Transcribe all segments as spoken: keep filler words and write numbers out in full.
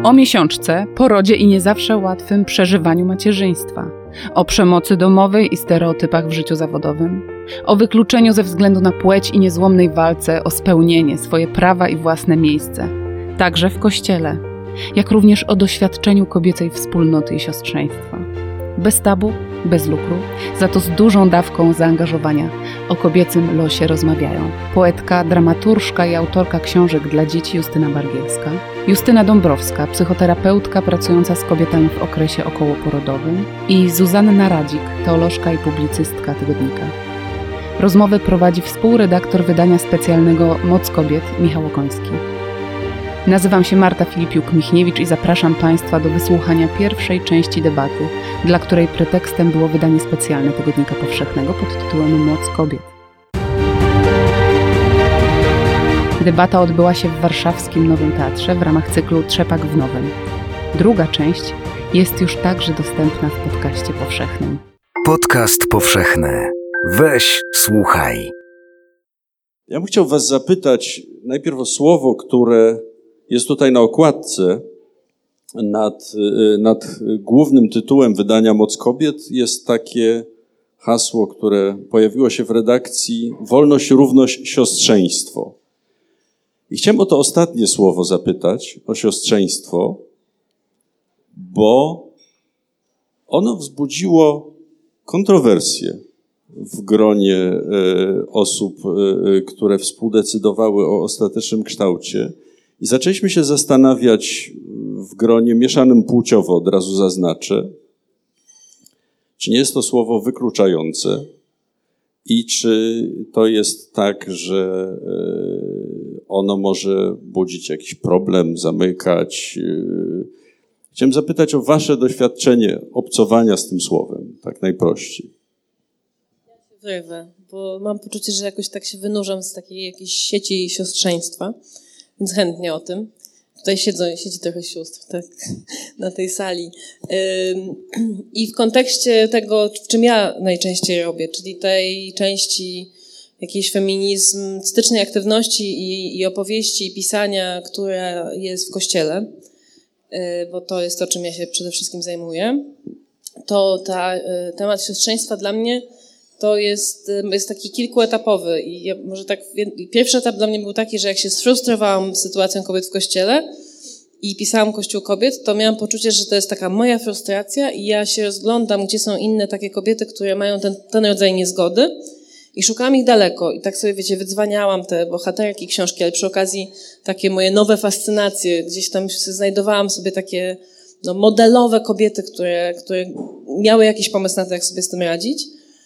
O miesiączce, porodzie i nie zawsze łatwym przeżywaniu macierzyństwa. O przemocy domowej i stereotypach w życiu zawodowym. O wykluczeniu ze względu na płeć i niezłomnej walce o spełnienie, swoje prawa i własne miejsce. Także w Kościele. Jak również o doświadczeniu kobiecej wspólnoty i siostrzeństwa. Bez tabu, bez lukru, za to z dużą dawką zaangażowania. O kobiecym losie rozmawiają poetka, dramaturżka i autorka książek dla dzieci Justyna Bargielska, Justyna Dąbrowska, psychoterapeutka pracująca z kobietami w okresie okołoporodowym i Zuzanna Radzik, teolożka i publicystka tygodnika. Rozmowę prowadzi współredaktor wydania specjalnego Moc Kobiet Michał Okoński. Nazywam się Marta Filipiuk-Michniewicz i zapraszam Państwa do wysłuchania pierwszej części debaty, dla której pretekstem było wydanie specjalne Tygodnika Powszechnego pod tytułem Moc Kobiet. Debata odbyła się w warszawskim Nowym Teatrze w ramach cyklu Trzepak w Nowym. Druga część jest już także dostępna w podcaście powszechnym. Podcast powszechny. Weź, słuchaj. Ja bym chciał was zapytać najpierw o słowo, które jest tutaj na okładce. Nad, nad głównym tytułem wydania Moc Kobiet jest takie hasło, które pojawiło się w redakcji: wolność, równość, siostrzeństwo. I chciałem o to ostatnie słowo zapytać, o siostrzeństwo, bo ono wzbudziło kontrowersje w gronie e, osób, e, które współdecydowały o ostatecznym kształcie. I zaczęliśmy się zastanawiać w gronie mieszanym płciowo, od razu zaznaczę, czy nie jest to słowo wykluczające i czy to jest tak, że ono może budzić jakiś problem, zamykać. Chciałem zapytać o wasze doświadczenie obcowania z tym słowem, tak najprościej. Ja się wyrwę, bo mam poczucie, że jakoś tak się wynurzam z takiej jakiejś sieci siostrzeństwa. Więc chętnie o tym. Tutaj siedzą, siedzi trochę sióstr, tak, na tej sali. I w kontekście tego, w czym ja najczęściej robię, czyli tej części jakiejś feministycznej aktywności i, i opowieści, i pisania, która jest w Kościele, bo to jest to, czym ja się przede wszystkim zajmuję, to ta, temat siostrzeństwa dla mnie to jest, jest taki kilkuetapowy i ja, może tak, pierwszy etap dla mnie był taki, że jak się sfrustrowałam sytuacją kobiet w Kościele i pisałam Kościół Kobiet, to miałam poczucie, że to jest taka moja frustracja i ja się rozglądam, gdzie są inne takie kobiety, które mają ten, ten rodzaj niezgody i szukałam ich daleko i tak sobie, wiecie, wydzwaniałam te bohaterki książki, ale przy okazji takie moje nowe fascynacje, gdzieś tam znajdowałam sobie takie no, modelowe kobiety, które, które miały jakiś pomysł na to, jak sobie z tym radzić.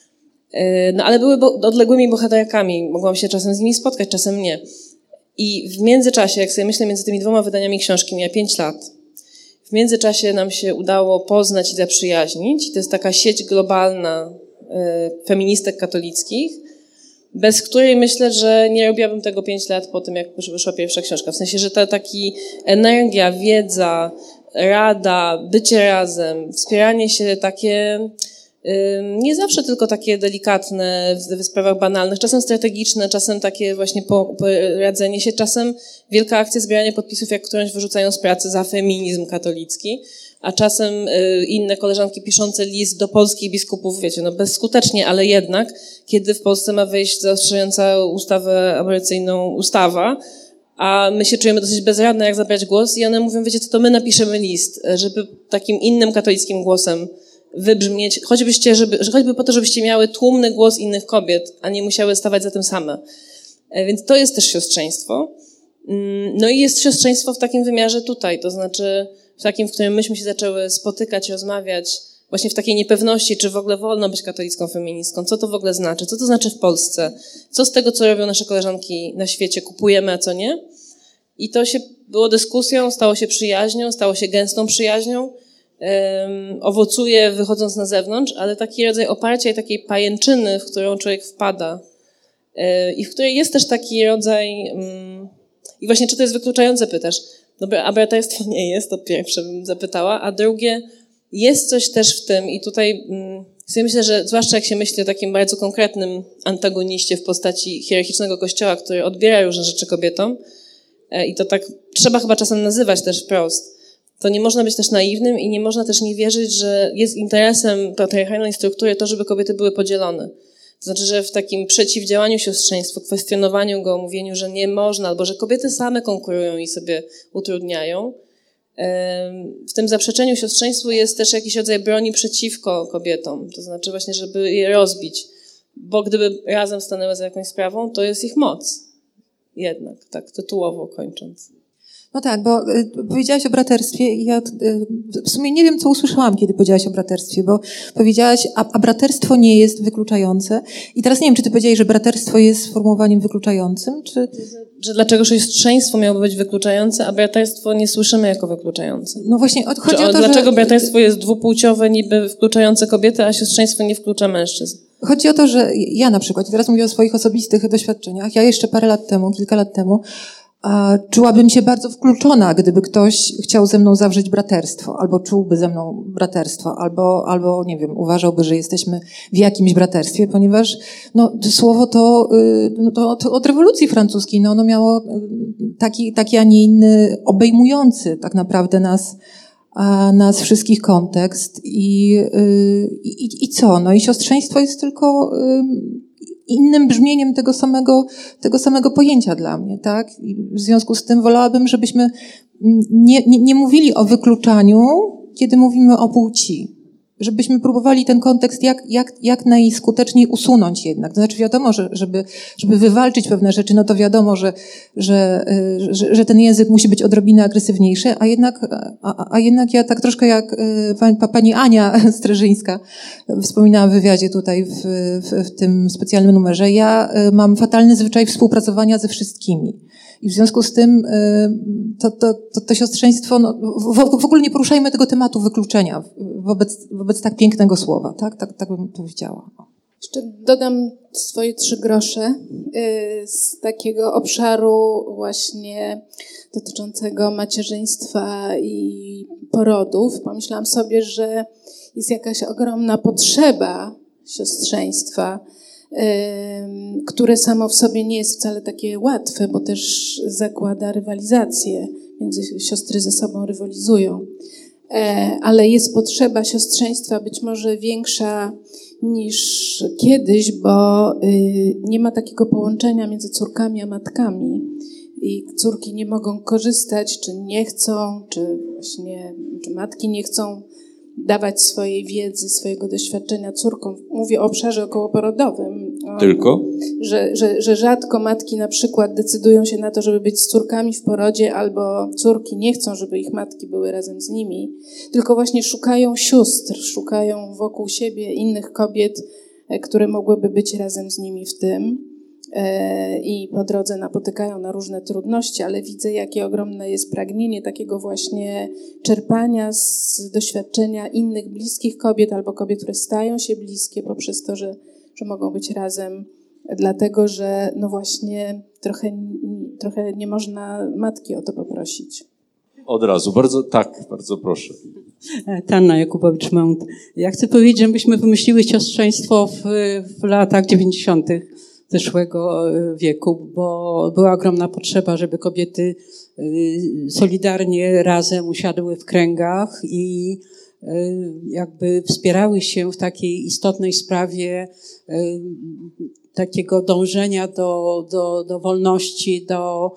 No ale były bo- odległymi bohaterkami, mogłam się czasem z nimi spotkać, czasem nie. I w międzyczasie, jak sobie myślę, między tymi dwoma wydaniami książki, mija pięć lat, w międzyczasie nam się udało poznać i zaprzyjaźnić. To jest taka sieć globalna e, feministek katolickich, bez której myślę, że nie robiłabym tego pięć lat po tym, jak wyszła pierwsza książka. W sensie, że ta taki energia, wiedza, rada, bycie razem, wspieranie się takie... Nie zawsze tylko takie delikatne w sprawach banalnych, czasem strategiczne, czasem takie właśnie poradzenie się, czasem wielka akcja zbierania podpisów, jak którąś wyrzucają z pracy za feminizm katolicki, a czasem inne koleżanki piszące list do polskich biskupów, wiecie, no bezskutecznie, ale jednak, kiedy w Polsce ma wejść zaostrzająca ustawę abolicyjną ustawa, a my się czujemy dosyć bezradne, jak zabrać głos i one mówią, wiecie co, to my napiszemy list, żeby takim innym katolickim głosem wybrzmieć, choćbyście, żeby, choćby po to, żebyście miały tłumny głos innych kobiet, a nie musiały stawać za tym same. Więc to jest też siostrzeństwo. No i jest siostrzeństwo w takim wymiarze tutaj, to znaczy w takim, w którym myśmy się zaczęły spotykać, rozmawiać, właśnie w takiej niepewności, czy w ogóle wolno być katolicką feministką, co to w ogóle znaczy, co to znaczy w Polsce, co z tego, co robią nasze koleżanki na świecie, kupujemy, a co nie. I to się było dyskusją, stało się przyjaźnią, stało się gęstą przyjaźnią, Um, owocuje wychodząc na zewnątrz, ale taki rodzaj oparcia i takiej pajęczyny, w którą człowiek wpada yy, i w której jest też taki rodzaj um, i właśnie czy to jest wykluczające, pytasz. Dobra, a braterstwo nie jest, to pierwsze bym zapytała, a drugie, jest coś też w tym i tutaj um, ja myślę, że zwłaszcza jak się myśli o takim bardzo konkretnym antagoniście w postaci hierarchicznego kościoła, który odbiera różne rzeczy kobietom yy, i to tak trzeba chyba czasem nazywać też wprost, to nie można być też naiwnym i nie można też nie wierzyć, że jest interesem patriarchalnej struktury to, żeby kobiety były podzielone. To znaczy, że w takim przeciwdziałaniu siostrzeństwu, kwestionowaniu go, mówieniu, że nie można, albo że kobiety same konkurują i sobie utrudniają, w tym zaprzeczeniu siostrzeństwu jest też jakiś rodzaj broni przeciwko kobietom. To znaczy właśnie, żeby je rozbić. Bo gdyby razem stanęły za jakąś sprawą, to jest ich moc. Jednak, tak tytułowo kończąc. No tak, bo y, powiedziałaś o braterstwie i ja y, w sumie nie wiem, co usłyszałam, kiedy powiedziałaś o braterstwie, bo powiedziałaś, a, a braterstwo nie jest wykluczające. I teraz nie wiem, czy ty powiedziałaś, że braterstwo jest sformułowaniem wykluczającym, czy... Że dlaczego siostrzeństwo miałoby być wykluczające, a braterstwo nie słyszymy jako wykluczające. No właśnie, chodzi Czy, o to, dlaczego że... braterstwo jest dwupłciowe, niby wykluczające kobiety, a siostrzeństwo nie wklucza mężczyzn? Chodzi o to, że ja na przykład, i teraz mówię o swoich osobistych doświadczeniach, ja jeszcze parę lat temu, kilka lat temu, a czułabym się bardzo wkluczona, gdyby ktoś chciał ze mną zawrzeć braterstwo, albo czułby ze mną braterstwo, albo, albo nie wiem, uważałby, że jesteśmy w jakimś braterstwie, ponieważ no, to słowo to, no, to, to od rewolucji francuskiej, no, ono miało taki, taki, a nie inny, obejmujący tak naprawdę nas, a nas wszystkich kontekst i, i, i co? No i siostrzeństwo jest tylko innym brzmieniem tego samego, tego samego pojęcia dla mnie, tak? I w związku z tym wolałabym, żebyśmy nie, nie, nie mówili o wykluczaniu, kiedy mówimy o płci. Żebyśmy próbowali ten kontekst jak, jak, jak najskuteczniej usunąć jednak. To znaczy wiadomo, że żeby, żeby wywalczyć pewne rzeczy, no to wiadomo, że, że, że, że ten język musi być odrobinę agresywniejszy, a jednak, a, a jednak ja tak troszkę jak pani Ania Streżyńska wspominała w wywiadzie tutaj w, w, w tym specjalnym numerze, ja mam fatalny zwyczaj współpracowania ze wszystkimi. I w związku z tym to, to, to, to siostrzeństwo, no, w, w ogóle nie poruszajmy tego tematu wykluczenia wobec, wobec tak pięknego słowa, tak? Tak, tak bym powiedziała. Jeszcze dodam swoje trzy grosze z takiego obszaru właśnie dotyczącego macierzyństwa i porodów. Pomyślałam sobie, że jest jakaś ogromna potrzeba siostrzeństwa, które samo w sobie nie jest wcale takie łatwe, bo też zakłada rywalizację. Między siostry ze sobą rywalizują. Ale jest potrzeba siostrzeństwa być może większa niż kiedyś, bo nie ma takiego połączenia między córkami a matkami. I córki nie mogą korzystać, czy nie chcą, czy właśnie czy matki nie chcą dawać swojej wiedzy, swojego doświadczenia córkom. Mówię o obszarze okołoporodowym. Tylko? Że, że, że rzadko matki na przykład decydują się na to, żeby być z córkami w porodzie, albo córki nie chcą, żeby ich matki były razem z nimi, tylko właśnie szukają sióstr, szukają wokół siebie innych kobiet, które mogłyby być razem z nimi w tym. I po drodze napotykają na różne trudności, ale widzę, jakie ogromne jest pragnienie takiego właśnie czerpania z doświadczenia innych bliskich kobiet albo kobiet, które stają się bliskie poprzez to, że, że mogą być razem, dlatego że no właśnie trochę, trochę nie można matki o to poprosić. Od razu, bardzo tak, bardzo proszę. Tanna Jakubowicz-Mąd. Ja chcę powiedzieć, że myśmy wymyśliły siostrzeństwo w, w latach dziewięćdziesiątych zeszłego wieku, bo była ogromna potrzeba, żeby kobiety solidarnie razem usiadły w kręgach i jakby wspierały się w takiej istotnej sprawie takiego dążenia do, do, do wolności, do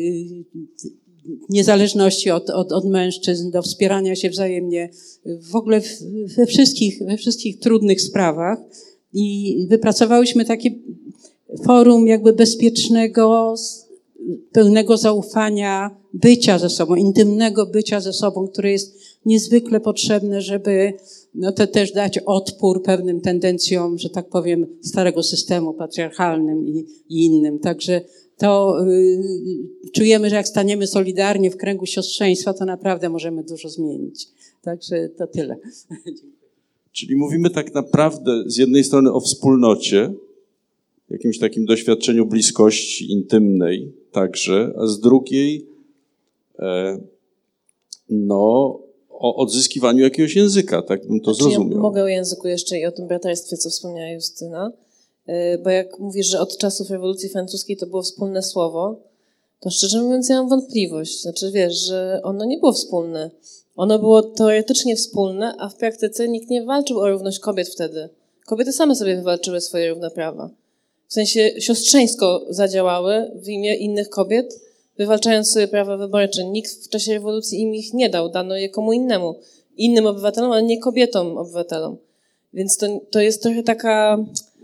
niezależności od, od, od mężczyzn, do wspierania się wzajemnie w ogóle we wszystkich, we wszystkich trudnych sprawach. I wypracowałyśmy takie forum jakby bezpiecznego, pełnego zaufania, bycia ze sobą, intymnego bycia ze sobą, które jest niezwykle potrzebne, żeby no to też dać odpór pewnym tendencjom, że tak powiem, starego systemu patriarchalnym i, i innym. Także to y, czujemy, że jak staniemy solidarnie w kręgu siostrzeństwa, to naprawdę możemy dużo zmienić. Także to tyle. Czyli mówimy tak naprawdę z jednej strony o wspólnocie, jakimś takim doświadczeniu bliskości intymnej także, a z drugiej e, no o odzyskiwaniu jakiegoś języka, tak bym to znaczy, zrozumiał. Ja mogę o języku jeszcze i o tym braterstwie, co wspomniała Justyna, e, bo jak mówisz, że od czasów rewolucji francuskiej to było wspólne słowo, to szczerze mówiąc ja mam wątpliwość. Znaczy wiesz, że ono nie było wspólne. Ono było teoretycznie wspólne, a w praktyce nikt nie walczył o równość kobiet wtedy. Kobiety same sobie wywalczyły swoje równe prawa. W sensie siostrzeńsko zadziałały w imię innych kobiet, wywalczając sobie prawa wyborcze. Nikt w czasie rewolucji im ich nie dał, dano je komu innemu. Innym obywatelom, ale nie kobietom obywatelom. Więc to, to jest trochę taka,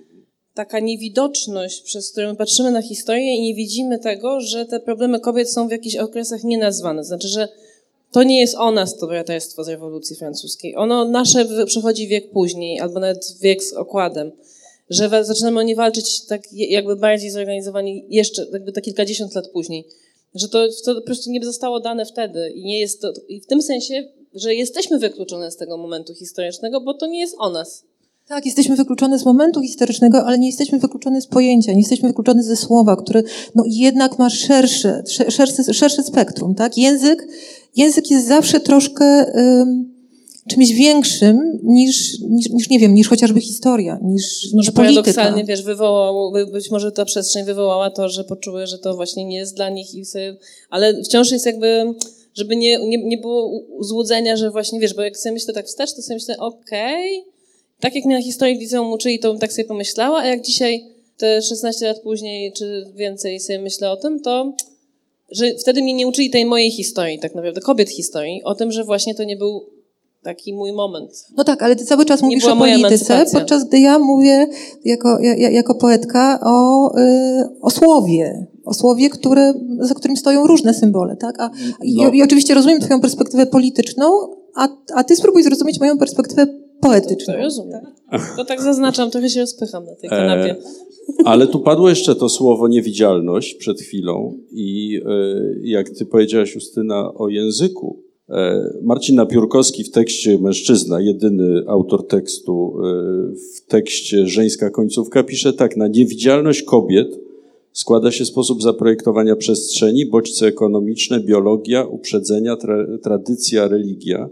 taka niewidoczność, przez którą patrzymy na historię i nie widzimy tego, że te problemy kobiet są w jakichś okresach nienazwane. Znaczy, że to nie jest o nas to braterstwo z rewolucji francuskiej. Ono nasze przychodzi wiek później, albo nawet wiek z okładem. Że zaczynamy o nie walczyć tak jakby bardziej zorganizowani jeszcze jakby to kilkadziesiąt lat później. Że to, to po prostu nie zostało dane wtedy i nie jest to, i w tym sensie, że jesteśmy wykluczone z tego momentu historycznego, bo to nie jest o nas. Tak, jesteśmy wykluczone z momentu historycznego, ale nie jesteśmy wykluczone z pojęcia, nie jesteśmy wykluczone ze słowa, które no jednak ma szersze, szersze, szersze spektrum, tak? Język, język jest zawsze troszkę um, czymś większym niż, niż, niż, nie wiem, niż chociażby historia, niż, niż może polityka. paradoksalnie, wiesz, wywołało, być może ta przestrzeń wywołała to, że poczuły, że to właśnie nie jest dla nich i sobie, ale wciąż jest jakby, żeby nie, nie, nie było złudzenia, że właśnie, wiesz, bo jak sobie myślę tak wstecz, to sobie myślę, okej, okay, tak jak mnie na historii liceum uczyli, to bym tak sobie pomyślała, a jak dzisiaj te szesnaście lat później, czy więcej sobie myślę o tym, to że wtedy mnie nie uczyli tej mojej historii, tak naprawdę, kobiet historii, o tym, że właśnie to nie był taki mój moment. No tak, ale ty cały czas mówisz o polityce, podczas gdy ja mówię jako, ja, jako poetka o, y, o słowie. O słowie, które, za którym stoją różne symbole, tak? A, no. i, I oczywiście rozumiem twoją perspektywę polityczną, a, a ty spróbuj zrozumieć moją perspektywę poetyczną. To, to rozumiem. To tak zaznaczam, trochę się rozpycham na tej kanapie. E, ale tu padło jeszcze to słowo niewidzialność przed chwilą i e, jak ty powiedziałaś, Justyna, o języku. E, Marcin Napiórkowski w tekście Mężczyzna, jedyny autor tekstu, e, w tekście Żeńska końcówka pisze tak: na niewidzialność kobiet składa się sposób zaprojektowania przestrzeni, bodźce ekonomiczne, biologia, uprzedzenia, tra- tradycja, religia.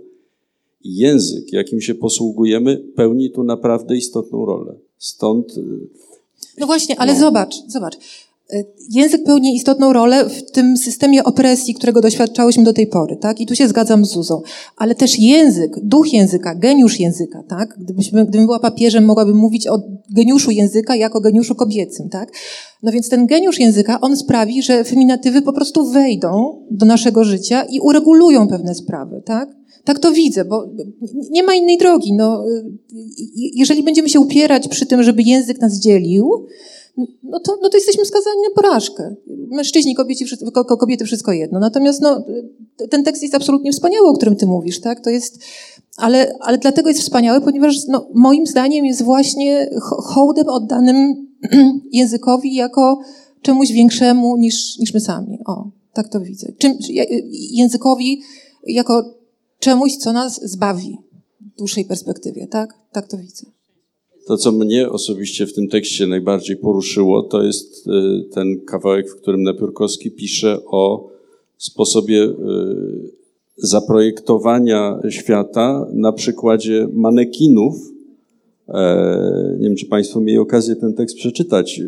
Język, jakim się posługujemy, pełni tu naprawdę istotną rolę. Stąd... No właśnie, ale no. zobacz, zobacz. Język pełni istotną rolę w tym systemie opresji, którego doświadczałyśmy do tej pory, tak? I tu się zgadzam z Zuzą. Ale też język, duch języka, geniusz języka, tak? Gdybyśmy, gdybym była papieżem, mogłabym mówić o geniuszu języka jako geniuszu kobiecym, tak? No więc ten geniusz języka, on sprawi, że feminatywy po prostu wejdą do naszego życia i uregulują pewne sprawy, tak? Tak to widzę, bo nie ma innej drogi. No, jeżeli będziemy się upierać przy tym, żeby język nas dzielił, no to, no to jesteśmy skazani na porażkę. Mężczyźni, kobiety, kobiety wszystko jedno. Natomiast no, ten tekst jest absolutnie wspaniały, o którym ty mówisz, tak? To jest, ale, ale dlatego jest wspaniały, ponieważ no, moim zdaniem jest właśnie hołdem oddanym językowi jako czemuś większemu niż, niż my sami. O, tak to widzę. Czym, językowi jako czemuś, co nas zbawi w dłuższej perspektywie, tak? Tak to widzę. To, co mnie osobiście w tym tekście najbardziej poruszyło, to jest ten kawałek, w którym Napiórkowski pisze o sposobie zaprojektowania świata na przykładzie manekinów. Nie wiem, czy Państwo mieli okazję ten tekst przeczytać.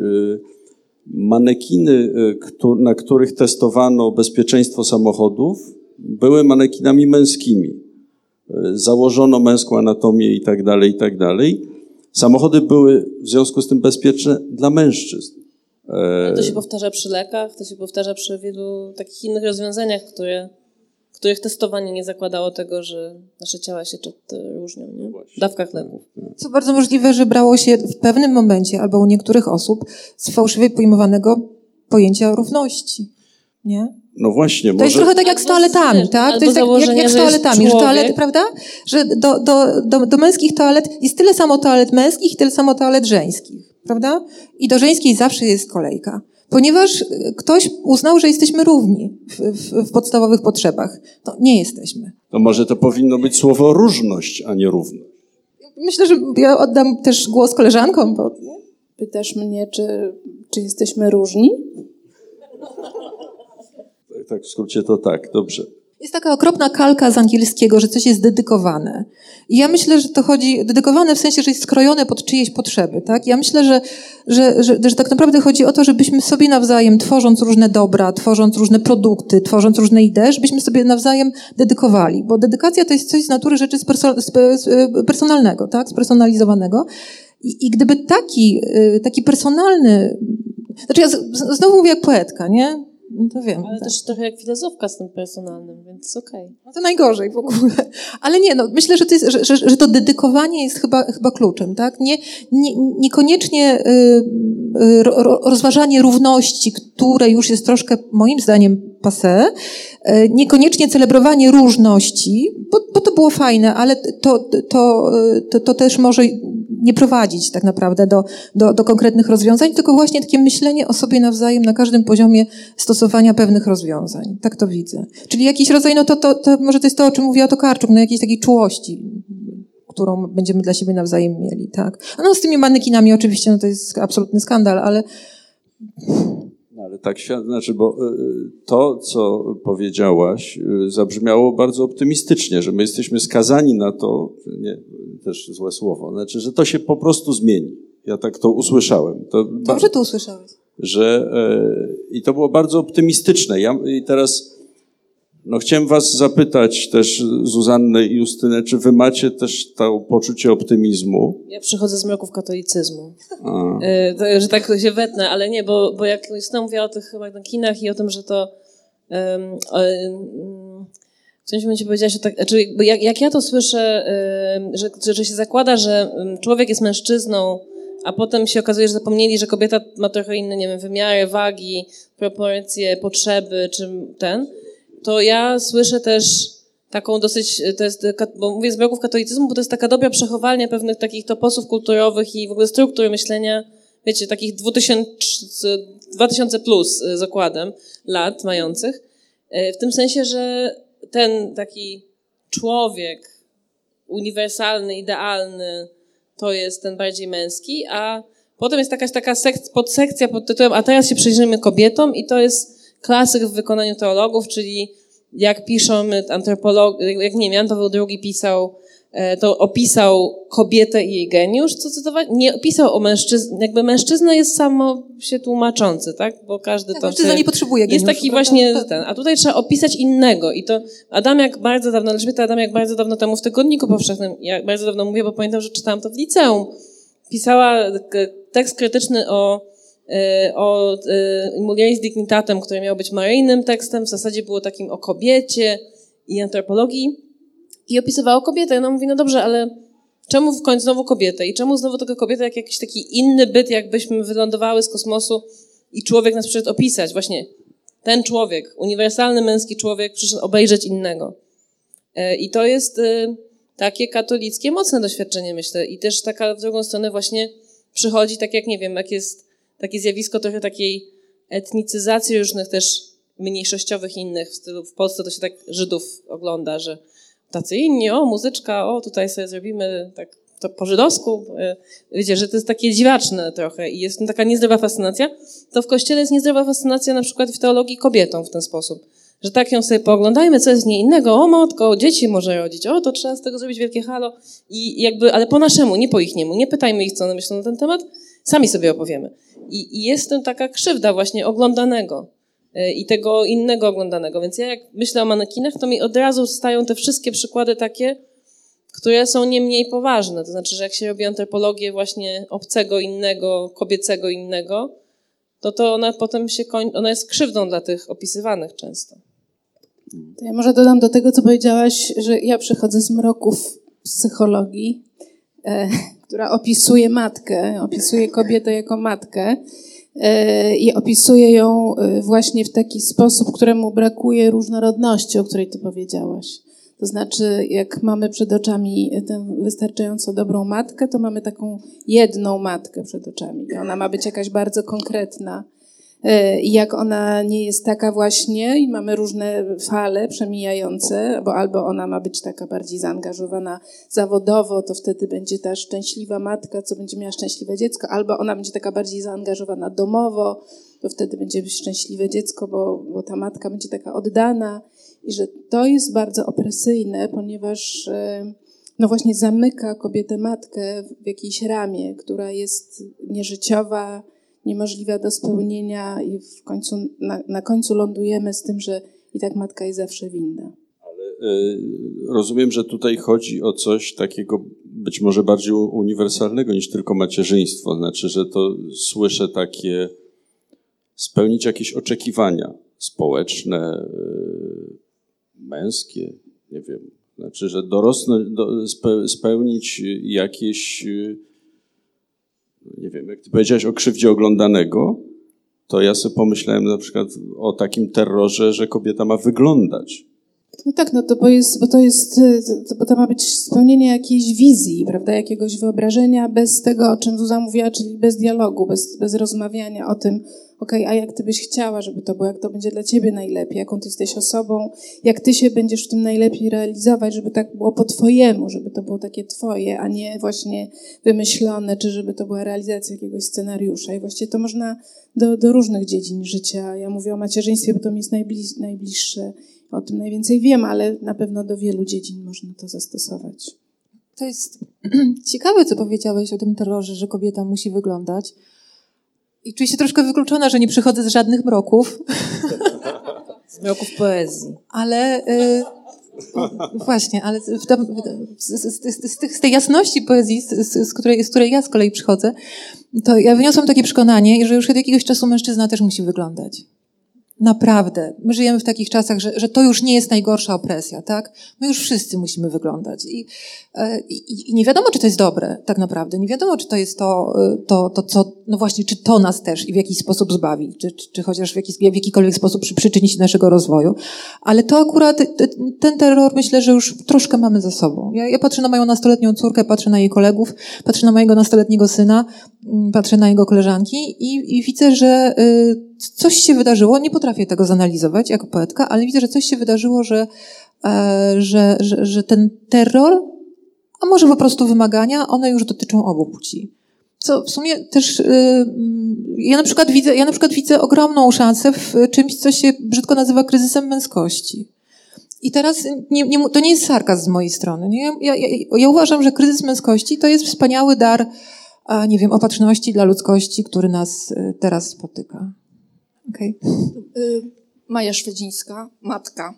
Manekiny, na których testowano bezpieczeństwo samochodów, były manekinami męskimi. Założono męską anatomię i tak dalej, i tak dalej. Samochody były w związku z tym bezpieczne dla mężczyzn. E... To się powtarza przy lekach, to się powtarza przy wielu takich innych rozwiązaniach, które, których testowanie nie zakładało tego, że nasze ciała się różnią, nie? W dawkach leków. Co bardzo możliwe, że brało się w pewnym momencie, albo u niektórych osób, z fałszywie pojmowanego pojęcia równości, nie? No właśnie, to może... jest trochę tak jak z toaletami, tak? To jest tak jak, jak z toaletami, że, że toalety, prawda? Że do, do, do, do męskich toalet jest tyle samo toalet męskich i tyle samo toalet żeńskich, prawda? I do żeńskiej zawsze jest kolejka. Ponieważ ktoś uznał, że jesteśmy równi w, w, w podstawowych potrzebach. No nie jesteśmy. To może to powinno być słowo różność, a nie równość. Myślę, że ja oddam też głos koleżankom, bo... Pytasz mnie, czy, czy jesteśmy różni? Tak, w skrócie to tak, dobrze. Jest taka okropna kalka z angielskiego, że coś jest dedykowane. I ja myślę, że to chodzi, dedykowane w sensie, że jest skrojone pod czyjeś potrzeby, tak? Ja myślę, że, że, że, że tak naprawdę chodzi o to, żebyśmy sobie nawzajem, tworząc różne dobra, tworząc różne produkty, tworząc różne idee, żebyśmy sobie nawzajem dedykowali. Bo dedykacja to jest coś z natury rzeczy sperso, personalnego, tak? Spersonalizowanego. I, i gdyby taki, taki personalny, znaczy ja z, znowu mówię jak poetka, nie? No to wiem. Ale tak. też trochę jak filozofka z tym personalnym, więc okej. Okay. No to najgorzej w ogóle. Ale nie, no myślę, że to, jest, że, że, że to dedykowanie jest chyba, chyba kluczem, tak? Nie, nie, niekoniecznie y, ro, rozważanie równości, które już jest troszkę moim zdaniem passé, y, niekoniecznie celebrowanie różności, bo, bo to było fajne, ale to, to, to, to też może nie prowadzić tak naprawdę do, do, do konkretnych rozwiązań, tylko właśnie takie myślenie o sobie nawzajem na każdym poziomie stosowania pewnych rozwiązań. Tak to widzę. Czyli jakiś rodzaj, no to, to, to może to jest to, o czym mówiła Tokarczuk, no jakiejś takiej czułości, którą będziemy dla siebie nawzajem mieli, tak. A no z tymi manekinami oczywiście, no to jest absolutny skandal, ale... No, ale tak, znaczy, bo to, co powiedziałaś, zabrzmiało bardzo optymistycznie, że my jesteśmy skazani na to, nie, też złe słowo, znaczy, że to się po prostu zmieni. Ja tak to usłyszałem. To Dobrze to usłyszałeś. Że, i to było bardzo optymistyczne. Ja i teraz no, chciałem was zapytać też, Zuzannę i Justynę, czy wy macie też to poczucie optymizmu? Ja przychodzę z mroków katolicyzmu. Y, to, że tak się wetnę, ale nie, bo, bo jak Justyna mówiła o tych kinach i o tym, że to um, um, w którymś momencie powiedziałaś, że tak, znaczy, jak, jak ja to słyszę, um, że, że się zakłada, że człowiek jest mężczyzną, a potem się okazuje, że zapomnieli, że kobieta ma trochę inne, nie wiem, wymiary, wagi, proporcje, potrzeby, czy ten, to ja słyszę też taką dosyć, to jest, bo mówię z mroków katolicyzmu, bo to jest taka dobra przechowalnia pewnych takich toposów kulturowych i w ogóle struktur myślenia, wiecie, takich dwa tysiące plus zakładem lat mających, w tym sensie, że ten taki człowiek uniwersalny, idealny, to jest ten bardziej męski, a potem jest jakaś taka sek- podsekcja pod tytułem, a teraz się przyjrzyjmy kobietom i to jest klasyk w wykonaniu teologów, czyli jak piszą antropolog, jak nie wiem, Jan Paweł drugi pisał, to opisał kobietę i jej geniusz, co cytować? Nie opisał o mężczyznie, jakby mężczyzna jest samo się tłumaczący, tak? Bo każdy tak, to... Mężczyzna nie potrzebuje geniuszu. Jest taki właśnie ten, a tutaj trzeba opisać innego i to Adamiak bardzo dawno, Elżbieta Adamiak bardzo dawno temu w Tygodniku Powszechnym, ja bardzo dawno mówię, bo pamiętam, że czytałam to w liceum, pisała tekst krytyczny o o Mulieris Dignitatem, który miał być maryjnym tekstem, w zasadzie było takim o kobiecie i antropologii i opisywało kobietę. Ona mówi, no dobrze, ale czemu w końcu znowu kobietę? I czemu znowu tylko kobieta jak jakiś taki inny byt, jakbyśmy wylądowały z kosmosu i człowiek nas przyszedł opisać. Właśnie ten człowiek, uniwersalny męski człowiek przyszedł obejrzeć innego. I to jest takie katolickie, mocne doświadczenie, myślę. I też taka w drugą stronę właśnie przychodzi, tak jak, nie wiem, jak jest takie zjawisko trochę takiej etnicyzacji różnych też mniejszościowych innych w stylu, w Polsce to się tak Żydów ogląda, że tacy inni, o muzyczka, o tutaj sobie zrobimy tak to po żydowsku. Wiecie, że to jest takie dziwaczne trochę i jest taka niezdrowa fascynacja. To w Kościele jest niezdrowa fascynacja na przykład w teologii kobietą w ten sposób. Że tak ją sobie pooglądajmy, co jest z niej innego, o matko, dzieci może rodzić, o to trzeba z tego zrobić wielkie halo i jakby, ale po naszemu, nie po ich niemu, nie pytajmy ich, co one myślą na ten temat, sami sobie opowiemy. I, i jest to taka krzywda właśnie oglądanego yy, i tego innego oglądanego, więc ja jak myślę o manekinach, to mi od razu stają te wszystkie przykłady takie, które są nie mniej poważne, to znaczy, że jak się robi antropologię właśnie obcego innego, kobiecego innego, to to ona potem się koń... ona jest krzywdą dla tych opisywanych często. To ja może dodam do tego, co powiedziałaś, że ja przychodzę z mroków psychologii, e, która opisuje matkę, opisuje kobietę jako matkę e, i opisuje ją właśnie w taki sposób, któremu brakuje różnorodności, o której ty powiedziałaś. To znaczy, jak mamy przed oczami tę wystarczająco dobrą matkę, to mamy taką jedną matkę przed oczami. I ona ma być jakaś bardzo konkretna. I jak ona nie jest taka właśnie i mamy różne fale przemijające, bo albo ona ma być taka bardziej zaangażowana zawodowo, to wtedy będzie ta szczęśliwa matka, co będzie miała szczęśliwe dziecko, albo ona będzie taka bardziej zaangażowana domowo, to wtedy będzie szczęśliwe dziecko, bo, bo ta matka będzie taka oddana i że to jest bardzo opresyjne, ponieważ no właśnie zamyka kobietę matkę w jakiejś ramie, która jest nieżyciowa, niemożliwa do spełnienia i w końcu, na, na końcu lądujemy z tym, że i tak matka jest zawsze winna. Ale y, rozumiem, że tutaj chodzi o coś takiego być może bardziej uniwersalnego niż tylko macierzyństwo. Znaczy, że to słyszę takie spełnić jakieś oczekiwania społeczne, y, męskie, nie wiem. Znaczy, że dorosnąć, do, spe, spełnić jakieś, y, nie wiem, jak ty powiedziałeś o krzywdzie oglądanego, to ja sobie pomyślałem na przykład o takim terrorze, że kobieta ma wyglądać. No tak, no to bo, jest, bo to jest, to, bo to ma być spełnienie jakiejś wizji, prawda, jakiegoś wyobrażenia bez tego, o czym Zuza mówiła, czyli bez dialogu, bez, bez rozmawiania o tym, okej, a jak ty byś chciała, żeby to było, jak to będzie dla ciebie najlepiej, jaką ty jesteś osobą, jak ty się będziesz w tym najlepiej realizować, żeby tak było po twojemu, żeby to było takie twoje, a nie właśnie wymyślone, czy żeby to była realizacja jakiegoś scenariusza. I właściwie to można do, do różnych dziedzin życia. Ja mówię o macierzyństwie, bo to mi jest najbliż, najbliższe, o tym najwięcej wiem, ale na pewno do wielu dziedzin można to zastosować. To jest ciekawe, co powiedziałeś o tym terrorze, że kobieta musi wyglądać. I czuję się troszkę wykluczona, że nie przychodzę z żadnych mroków. Z mroków poezji. Ale y, właśnie, ale w tam, z, z, z, z, z tej jasności poezji, z, z, z, której, z której ja z kolei przychodzę, to ja wyniosłam takie przekonanie, że już od jakiegoś czasu mężczyzna też musi wyglądać. Naprawdę. My żyjemy w takich czasach, że, że to już nie jest najgorsza opresja, tak? My już wszyscy musimy wyglądać. I, i, i nie wiadomo, czy to jest dobre, tak naprawdę. Nie wiadomo, czy to jest to, to, to co, no właśnie, czy to nas też i w jakiś sposób zbawi, czy, czy, czy chociaż w, jakiś, w jakikolwiek sposób przy, przyczyni się do naszego rozwoju. Ale to akurat, ten terror myślę, że już troszkę mamy za sobą. Ja, ja patrzę na moją nastoletnią córkę, patrzę na jej kolegów, patrzę na mojego nastoletniego syna, patrzę na jego koleżanki i, i widzę, że y, coś się wydarzyło. Nie potrafię tego zanalizować jako poetka, ale widzę, że coś się wydarzyło, że, e, że, że, że ten terror, a może po prostu wymagania, one już dotyczą obu płci. Co w sumie też y, ja na przykład widzę, ja na przykład widzę ogromną szansę w czymś, co się brzydko nazywa kryzysem męskości. I teraz nie, nie, to nie jest sarkazm z mojej strony. Nie? Ja, ja, ja uważam, że kryzys męskości to jest wspaniały dar, a nie wiem, opatrzności dla ludzkości, który nas teraz spotyka. Okay. Maja Szwedzińska, matka.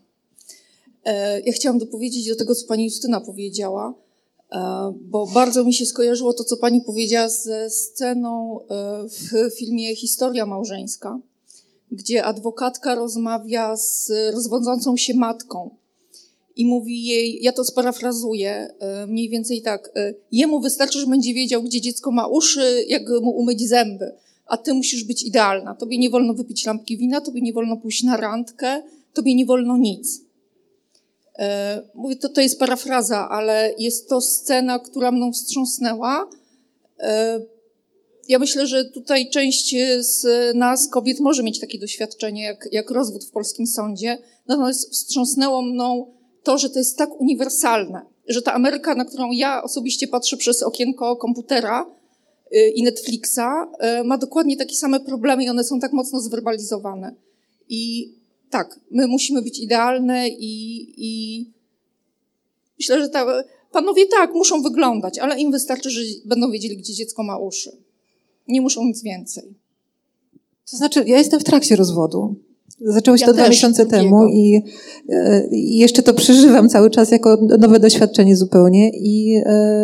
Ja chciałam dopowiedzieć do tego, co pani Justyna powiedziała, bo bardzo mi się skojarzyło to, co pani powiedziała ze sceną w filmie Historia małżeńska, gdzie adwokatka rozmawia z rozwodzącą się matką i mówi jej, ja to sparafrazuję, mniej więcej tak, jemu wystarczy, że będzie wiedział, gdzie dziecko ma uszy, jak mu umyć zęby, a ty musisz być idealna. Tobie nie wolno wypić lampki wina, tobie nie wolno pójść na randkę, tobie nie wolno nic. Mówię, to, to jest parafraza, ale jest to scena, która mną wstrząsnęła. Ja myślę, że tutaj część z nas, kobiet, może mieć takie doświadczenie jak, jak rozwód w polskim sądzie. Natomiast wstrząsnęło mną to, że to jest tak uniwersalne, że ta Ameryka, na którą ja osobiście patrzę przez okienko komputera i Netflixa, ma dokładnie takie same problemy i one są tak mocno zwerbalizowane. I tak, my musimy być idealne i, i myślę, że ta, panowie tak, muszą wyglądać, ale im wystarczy, że będą wiedzieli, gdzie dziecko ma uszy. Nie muszą nic więcej. To znaczy, ja jestem w trakcie rozwodu. Zaczęło się Ja to dwa też, miesiące drugiego. temu i, i jeszcze to przeżywam cały czas jako nowe doświadczenie zupełnie. I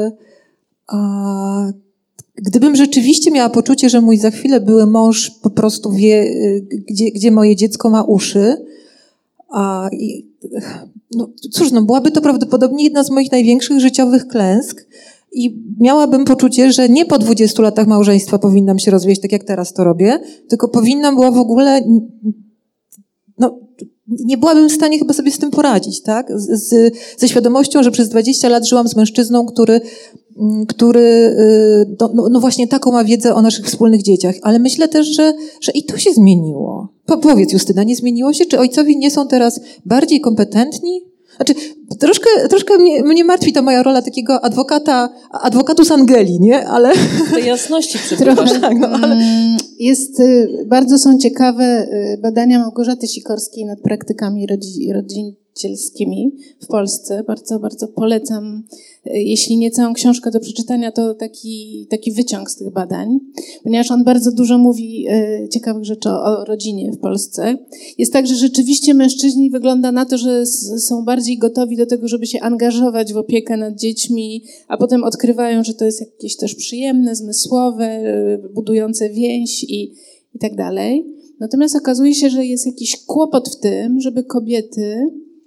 a, gdybym rzeczywiście miała poczucie, że mój za chwilę były mąż po prostu wie, gdzie, gdzie moje dziecko ma uszy, a, i, no cóż, no byłaby to prawdopodobnie jedna z moich największych życiowych klęsk i miałabym poczucie, że nie po dwudziestu latach małżeństwa powinnam się rozwieść tak, jak teraz to robię, tylko powinnam była w ogóle, no nie byłabym w stanie chyba sobie z tym poradzić, tak? Z, z, ze świadomością, że przez dwadzieścia lat żyłam z mężczyzną, który, który no, no właśnie taką ma wiedzę o naszych wspólnych dzieciach. Ale myślę też, że, że i to się zmieniło. Po, powiedz, Justyna, nie zmieniło się? Czy ojcowie nie są teraz bardziej kompetentni? Znaczy, troszkę, troszkę mnie, mnie martwi ta moja rola takiego adwokata, adwokatus angeli, nie? Ale... Do jasności przybywasz. Tak, no, ale... Jest, bardzo są ciekawe badania Małgorzaty Sikorskiej nad praktykami rodzi, rodzicielskimi w Polsce. Bardzo, bardzo polecam, jeśli nie całą książkę do przeczytania, to taki, taki wyciąg z tych badań, ponieważ on bardzo dużo mówi ciekawych rzeczy o, o rodzinie w Polsce. Jest tak, że rzeczywiście mężczyźni wygląda na to, że są bardziej gotowi do tego, żeby się angażować w opiekę nad dziećmi, a potem odkrywają, że to jest jakieś też przyjemne, zmysłowe, budujące więź i, i tak dalej. Natomiast okazuje się, że jest jakiś kłopot w tym, żeby kobiety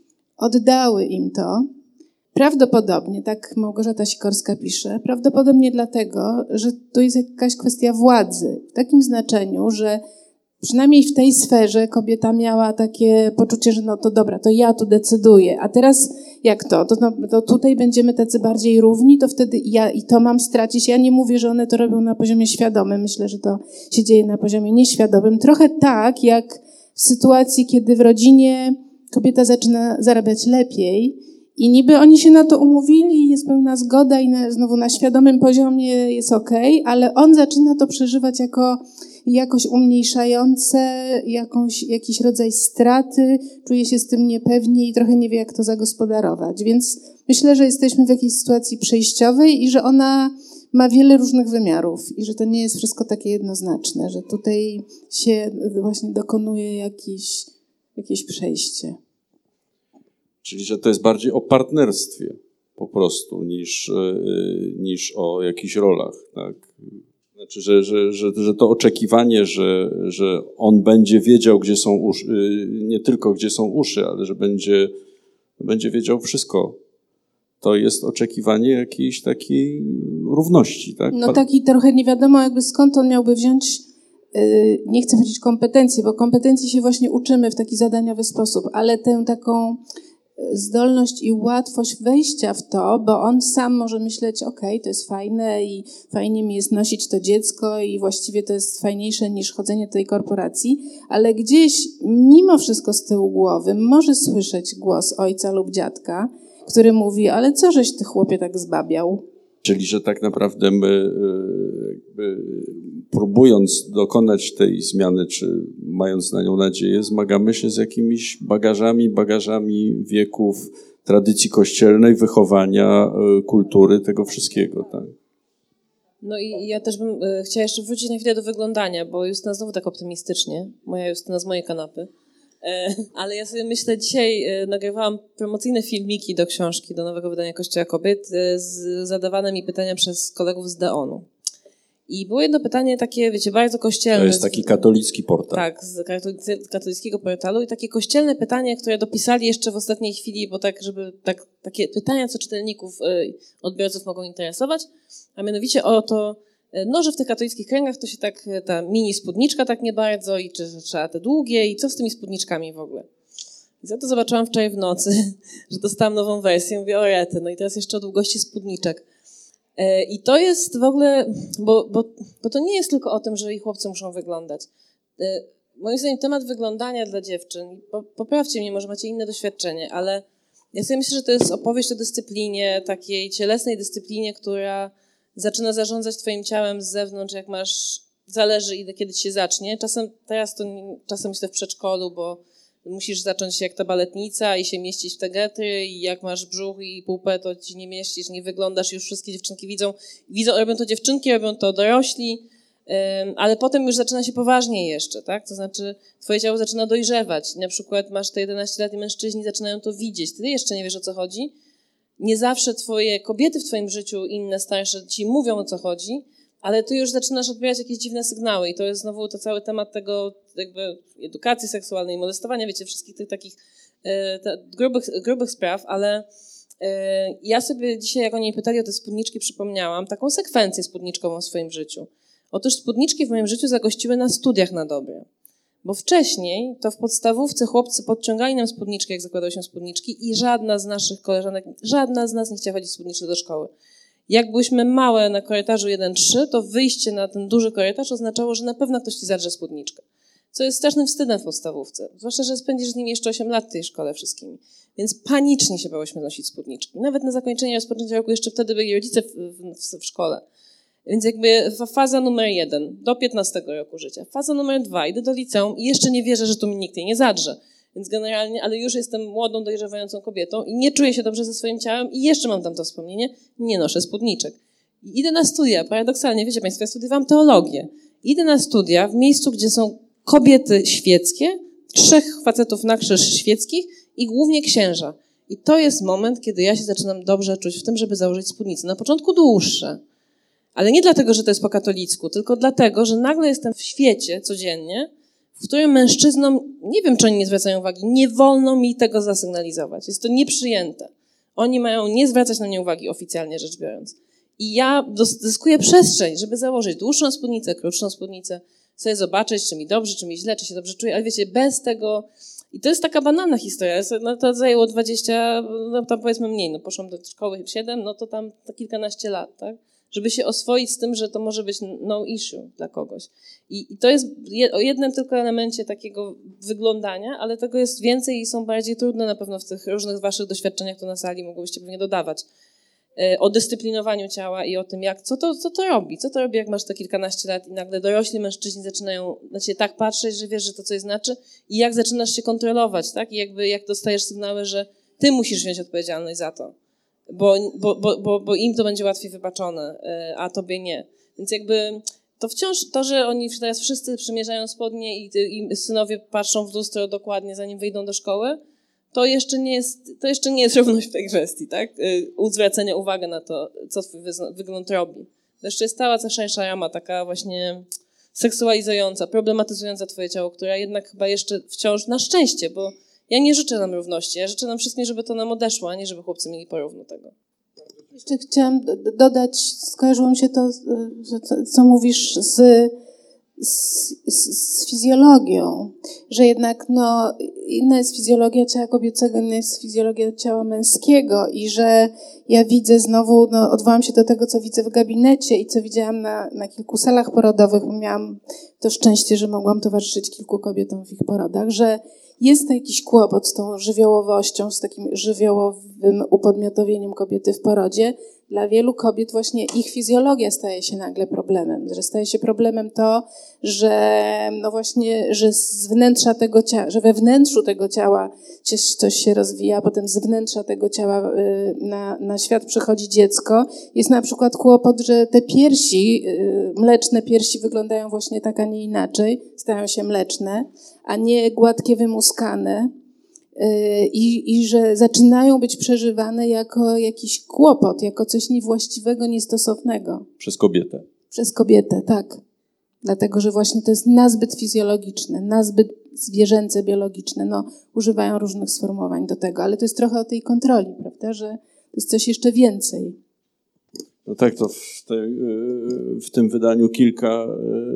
oddały im to. Prawdopodobnie, tak Małgorzata Sikorska pisze, prawdopodobnie dlatego, że to jest jakaś kwestia władzy. W takim znaczeniu, że przynajmniej w tej sferze kobieta miała takie poczucie, że no to dobra, to ja tu decyduję. A teraz jak to? To, no, to tutaj będziemy tacy bardziej równi, to wtedy ja i to mam stracić. Ja nie mówię, że one to robią na poziomie świadomym. Myślę, że to się dzieje na poziomie nieświadomym. Trochę tak, jak w sytuacji, kiedy w rodzinie kobieta zaczyna zarabiać lepiej i niby oni się na to umówili, jest pełna zgoda i na, znowu na świadomym poziomie jest okej, ale on zaczyna to przeżywać jako jakoś umniejszające, jakąś, jakiś rodzaj straty, czuje się z tym niepewnie i trochę nie wie, jak to zagospodarować. Więc myślę, że jesteśmy w jakiejś sytuacji przejściowej i że ona ma wiele różnych wymiarów i że to nie jest wszystko takie jednoznaczne, że tutaj się właśnie dokonuje jakiś, jakieś przejście. Czyli, że to jest bardziej o partnerstwie po prostu niż, niż o jakichś rolach, tak? Znaczy, że, że, że, że to oczekiwanie, że, że on będzie wiedział, gdzie są uszy, nie tylko gdzie są uszy, ale że będzie, będzie wiedział wszystko. To jest oczekiwanie jakiejś takiej równości, tak? No taki trochę nie wiadomo jakby skąd on miałby wziąć, yy, nie chcę powiedzieć kompetencje, bo kompetencji się właśnie uczymy w taki zadaniowy sposób, ale tę taką zdolność i łatwość wejścia w to, bo on sam może myśleć, okej, to jest fajne i fajnie mi jest nosić to dziecko i właściwie to jest fajniejsze niż chodzenie do tej korporacji, ale gdzieś mimo wszystko z tyłu głowy może słyszeć głos ojca lub dziadka, który mówi, ale co żeś ty chłopie tak zbabiał? Czyli, że tak naprawdę my jakby próbując dokonać tej zmiany, czy mając na nią nadzieję, zmagamy się z jakimiś bagażami, bagażami wieków, tradycji kościelnej, wychowania, kultury, tego wszystkiego, tak? No i ja też bym chciała jeszcze wrócić na chwilę do wyglądania, bo Justyna znowu tak optymistycznie, moja Justyna z mojej kanapy, ale ja sobie myślę, dzisiaj nagrywałam promocyjne filmiki do książki, do nowego wydania Kościoła Kobiet, z, zadawane mi pytania przez kolegów z Deonu. I było jedno pytanie takie, wiecie, bardzo kościelne. To jest taki katolicki portal. Tak, z katolickiego portalu i takie kościelne pytanie, które dopisali jeszcze w ostatniej chwili, bo tak, żeby tak, takie pytania, co czytelników, odbiorców mogą interesować, a mianowicie o to, no, że w tych katolickich kręgach to się tak, ta mini spódniczka tak nie bardzo i czy, że trzeba te długie i co z tymi spódniczkami w ogóle. I za to zobaczyłam wczoraj w nocy, że dostałam nową wersję, mówię, o rety, no i teraz jeszcze o długości spódniczek. I to jest w ogóle, bo, bo, bo to nie jest tylko o tym, że i chłopcy muszą wyglądać. Moim zdaniem temat wyglądania dla dziewczyn, poprawcie mnie, może macie inne doświadczenie, ale ja sobie myślę, że to jest opowieść o dyscyplinie, takiej cielesnej dyscyplinie, która zaczyna zarządzać twoim ciałem z zewnątrz, jak masz, zależy ile kiedy ci się zacznie. Czasem, teraz to czasem myślę w przedszkolu, bo musisz zacząć jak ta baletnica i się mieścić w te getry i jak masz brzuch i pupę, to ci nie mieścisz, nie wyglądasz, już wszystkie dziewczynki widzą, widzą, robią to dziewczynki, robią to dorośli, ale potem już zaczyna się poważniej jeszcze, tak? To znaczy twoje ciało zaczyna dojrzewać i na przykład masz te jedenaście lat i mężczyźni zaczynają to widzieć, ty jeszcze nie wiesz, o co chodzi. Nie zawsze twoje kobiety w twoim życiu, inne starsze ci mówią, o co chodzi, ale ty już zaczynasz odbierać jakieś dziwne sygnały i to jest znowu to cały temat tego jakby edukacji seksualnej, molestowania, wiecie, wszystkich tych takich e, te, grubych, grubych spraw, ale e, ja sobie dzisiaj, jak oni pytali o te spódniczki, przypomniałam taką sekwencję spódniczkową w swoim życiu. Otóż spódniczki w moim życiu zagościły na studiach na dobre. Bo wcześniej to w podstawówce chłopcy podciągali nam spódniczki, jak zakładały się spódniczki i żadna z naszych koleżanek, żadna z nas nie chciała chodzić w spódniczce do szkoły. Jak byłyśmy małe na korytarzu jeden trzy, to wyjście na ten duży korytarz oznaczało, że na pewno ktoś ci zadrze spódniczkę. co jest strasznym wstydem w podstawówce. Zwłaszcza, że spędzisz z nimi jeszcze osiem lat w tej szkole wszystkimi. Więc panicznie się bałyśmy nosić spódniczki. Nawet na zakończenie rozpoczęcia roku jeszcze wtedy byli rodzice w, w, w szkole. Więc jakby faza numer jeden, do piętnastego roku życia. Faza numer dwa, idę do liceum i jeszcze nie wierzę, że tu mi nikt jej nie zadrze. Więc generalnie, ale już jestem młodą, dojrzewającą kobietą i nie czuję się dobrze ze swoim ciałem i jeszcze mam tam to wspomnienie, nie noszę spódniczek. I idę na studia, paradoksalnie, wiecie Państwo, ja studiowałam teologię. Idę na studia w miejscu, gdzie są kobiety świeckie, trzech facetów na krzyż świeckich i głównie księża. I to jest moment, kiedy ja się zaczynam dobrze czuć w tym, żeby założyć spódnicę. Na początku dłuższe. Ale nie dlatego, że to jest po katolicku, tylko dlatego, że nagle jestem w świecie codziennie, w którym mężczyznom, nie wiem, czy oni nie zwracają uwagi, nie wolno mi tego zasygnalizować. Jest to nieprzyjęte. Oni mają nie zwracać na mnie uwagi, oficjalnie rzecz biorąc. I ja zyskuję przestrzeń, żeby założyć dłuższą spódnicę, krótszą spódnicę, sobie zobaczyć, czy mi dobrze, czy mi źle, czy się dobrze czuję, ale wiecie, bez tego... I to jest taka banalna historia. No to zajęło dwadzieścia, no tam powiedzmy mniej, no poszłam do szkoły siedem, no to tam to kilkanaście lat, tak? Żeby się oswoić z tym, że to może być no issue dla kogoś. I, i to jest je, o jednym tylko elemencie takiego wyglądania, ale tego jest więcej i są bardziej trudne na pewno w tych różnych waszych doświadczeniach tu na sali, mogłybyście pewnie dodawać. O dyscyplinowaniu ciała i o tym, jak, co to, co to robi, co to robi, jak masz te kilkanaście lat i nagle dorośli mężczyźni zaczynają na ciebie tak patrzeć, że wiesz, że to coś znaczy i jak zaczynasz się kontrolować, tak? I jakby jak dostajesz sygnały, że ty musisz wziąć odpowiedzialność za to, bo, bo, bo, bo, bo im to będzie łatwiej wybaczone, a tobie nie. Więc jakby to wciąż, to, że oni teraz wszyscy przymierzają spodnie i, i synowie patrzą w lustro dokładnie, zanim wyjdą do szkoły, to jeszcze nie jest, to jeszcze nie jest równość w tej kwestii, tak? Zwracania uwagi na to, co twój wygląd robi. To jeszcze jest cała ta szersza rama, taka właśnie seksualizująca, problematyzująca twoje ciało, która jednak chyba jeszcze wciąż, na szczęście, bo ja nie życzę nam równości, ja życzę nam wszystkim, żeby to nam odeszło, a nie żeby chłopcy mieli porówno tego. Jeszcze chciałam dodać, skojarzyło mi się to, co, co mówisz z, z, z fizjologią, że jednak no, inna jest fizjologia ciała kobiecego, inna jest fizjologia ciała męskiego i że ja widzę znowu, no, odwołam się do tego, co widzę w gabinecie i co widziałam na, na kilku salach porodowych, bo miałam to szczęście, że mogłam towarzyszyć kilku kobietom w ich porodach, że jest jakiś kłopot z tą żywiołowością, z takim żywiołowym upodmiotowieniem kobiety w porodzie. Dla wielu kobiet właśnie ich fizjologia staje się nagle problemem, że staje się problemem to, że no właśnie, że z wnętrza tego ciała, że we wnętrzu tego ciała coś się rozwija, a potem z wnętrza tego ciała na, na świat przychodzi dziecko. Jest na przykład kłopot, że te piersi, mleczne piersi wyglądają właśnie tak, a nie inaczej, stają się mleczne, a nie gładkie, wymuskane. I, I że zaczynają być przeżywane jako jakiś kłopot, jako coś niewłaściwego, niestosownego. Przez kobietę. Przez kobietę, tak. Dlatego, że właśnie to jest nazbyt fizjologiczne, nazbyt zwierzęce, biologiczne. No, używają różnych sformułowań do tego, ale to jest trochę o tej kontroli, prawda, że to jest coś jeszcze więcej. No tak, to w, te, w tym wydaniu kilka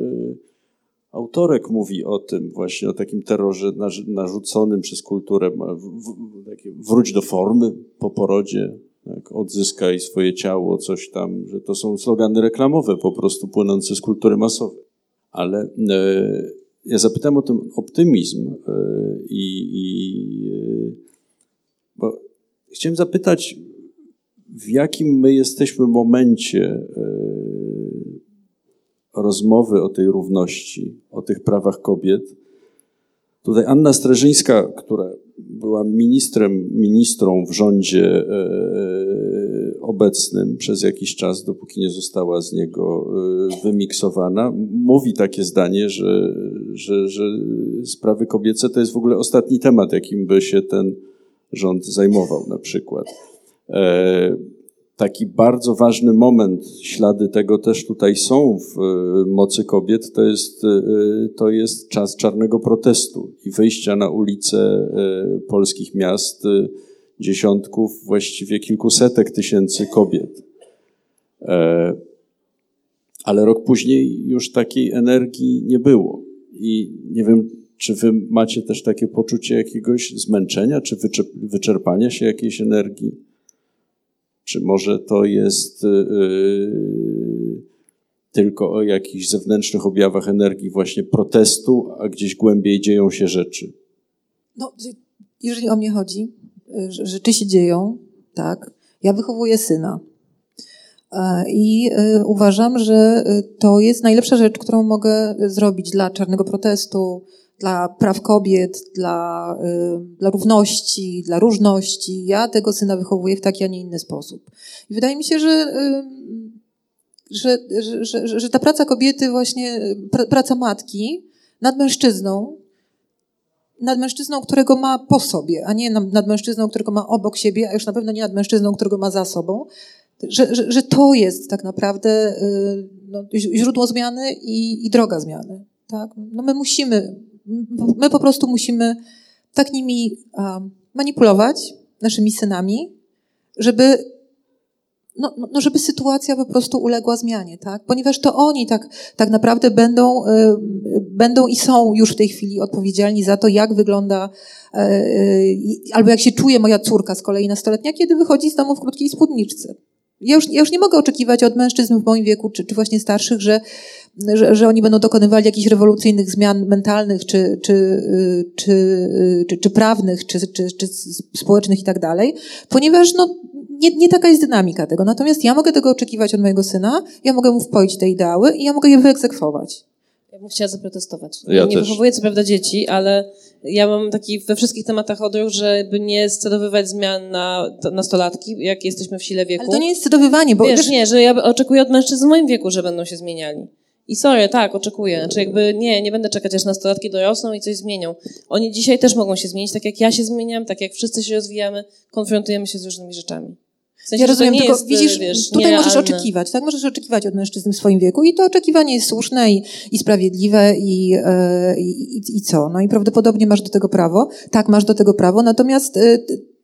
autorek mówi o tym, właśnie o takim terrorze narzuconym przez kulturę. Wróć do formy po porodzie, tak, odzyskaj swoje ciało, coś tam, że to są slogany reklamowe po prostu płynące z kultury masowej. Ale e, ja zapytałem o ten optymizm e, i, i e, bo chciałem zapytać, w jakim my jesteśmy momencie e, rozmowy o tej równości, o tych prawach kobiet. Tutaj Anna Streżyńska, która była ministrem, ministrą w rządzie e, obecnym przez jakiś czas, dopóki nie została z niego e, wymiksowana, mówi takie zdanie, że, że, że sprawy kobiece to jest w ogóle ostatni temat, jakim by się ten rząd zajmował na przykład. E, Taki bardzo ważny moment, ślady tego też tutaj są w mocy kobiet, to jest, to jest czas czarnego protestu i wyjścia na ulice polskich miast dziesiątków, właściwie kilkusetek tysięcy kobiet. Ale rok później już takiej energii nie było. I nie wiem, czy wy macie też takie poczucie jakiegoś zmęczenia, czy wyczerpania się jakiejś energii? Czy może to jest yy, tylko o jakichś zewnętrznych objawach energii właśnie protestu, a gdzieś głębiej dzieją się rzeczy? No, jeżeli o mnie chodzi, rzeczy się dzieją, tak. Ja wychowuję syna i uważam, że to jest najlepsza rzecz, którą mogę zrobić dla czarnego protestu, dla praw kobiet, dla, dla równości, dla różności. Ja tego syna wychowuję w taki, a nie inny sposób. I wydaje mi się, że, że, że, że, że ta praca kobiety, właśnie praca matki nad mężczyzną, nad mężczyzną, którego ma po sobie, a nie nad mężczyzną, którego ma obok siebie, a już na pewno nie nad mężczyzną, którego ma za sobą, że, że, że to jest tak naprawdę no, źródło zmiany i, i droga zmiany. Tak? No my musimy, my po prostu musimy tak nimi um, manipulować, naszymi synami, żeby, no, no, żeby sytuacja po prostu uległa zmianie, tak? Ponieważ to oni tak, tak naprawdę będą, y, będą i są już w tej chwili odpowiedzialni za to, jak wygląda, y, y, albo jak się czuje moja córka z kolei nastoletnia, kiedy wychodzi z domu w krótkiej spódniczce. Ja już, ja już nie mogę oczekiwać od mężczyzn w moim wieku, czy, czy właśnie starszych, że, że, że oni będą dokonywali jakichś rewolucyjnych zmian mentalnych, czy, czy, czy, czy, czy prawnych, czy, czy, czy społecznych i tak dalej, ponieważ no, nie, nie taka jest dynamika tego. Natomiast ja mogę tego oczekiwać od mojego syna, ja mogę mu wpoić te ideały i ja mogę je wyegzekwować. Ja bym chciała zaprotestować. Ja nie też. wychowuję co prawda dzieci, ale ja mam taki we wszystkich tematach odruch, żeby nie scedowywać zmian na nastolatki, jak jesteśmy w sile wieku. Ale to nie jest scedowywanie, bo... Wiesz, wiesz, nie, że ja oczekuję od mężczyzn w moim wieku, że będą się zmieniali. I sorry, tak, oczekuję. Znaczy jakby nie, nie będę czekać, aż nastolatki dorosną i coś zmienią. Oni dzisiaj też mogą się zmienić, tak jak ja się zmieniam, tak jak wszyscy się rozwijamy, konfrontujemy się z różnymi rzeczami. W sensie, ja rozumiem, to nie tylko jest, widzisz, wiesz, tutaj możesz nierealne. oczekiwać, tak? Możesz oczekiwać od mężczyzn w swoim wieku i to oczekiwanie jest słuszne i, i sprawiedliwe i, e, i, i co? No i prawdopodobnie masz do tego prawo. Tak, masz do tego prawo, natomiast e,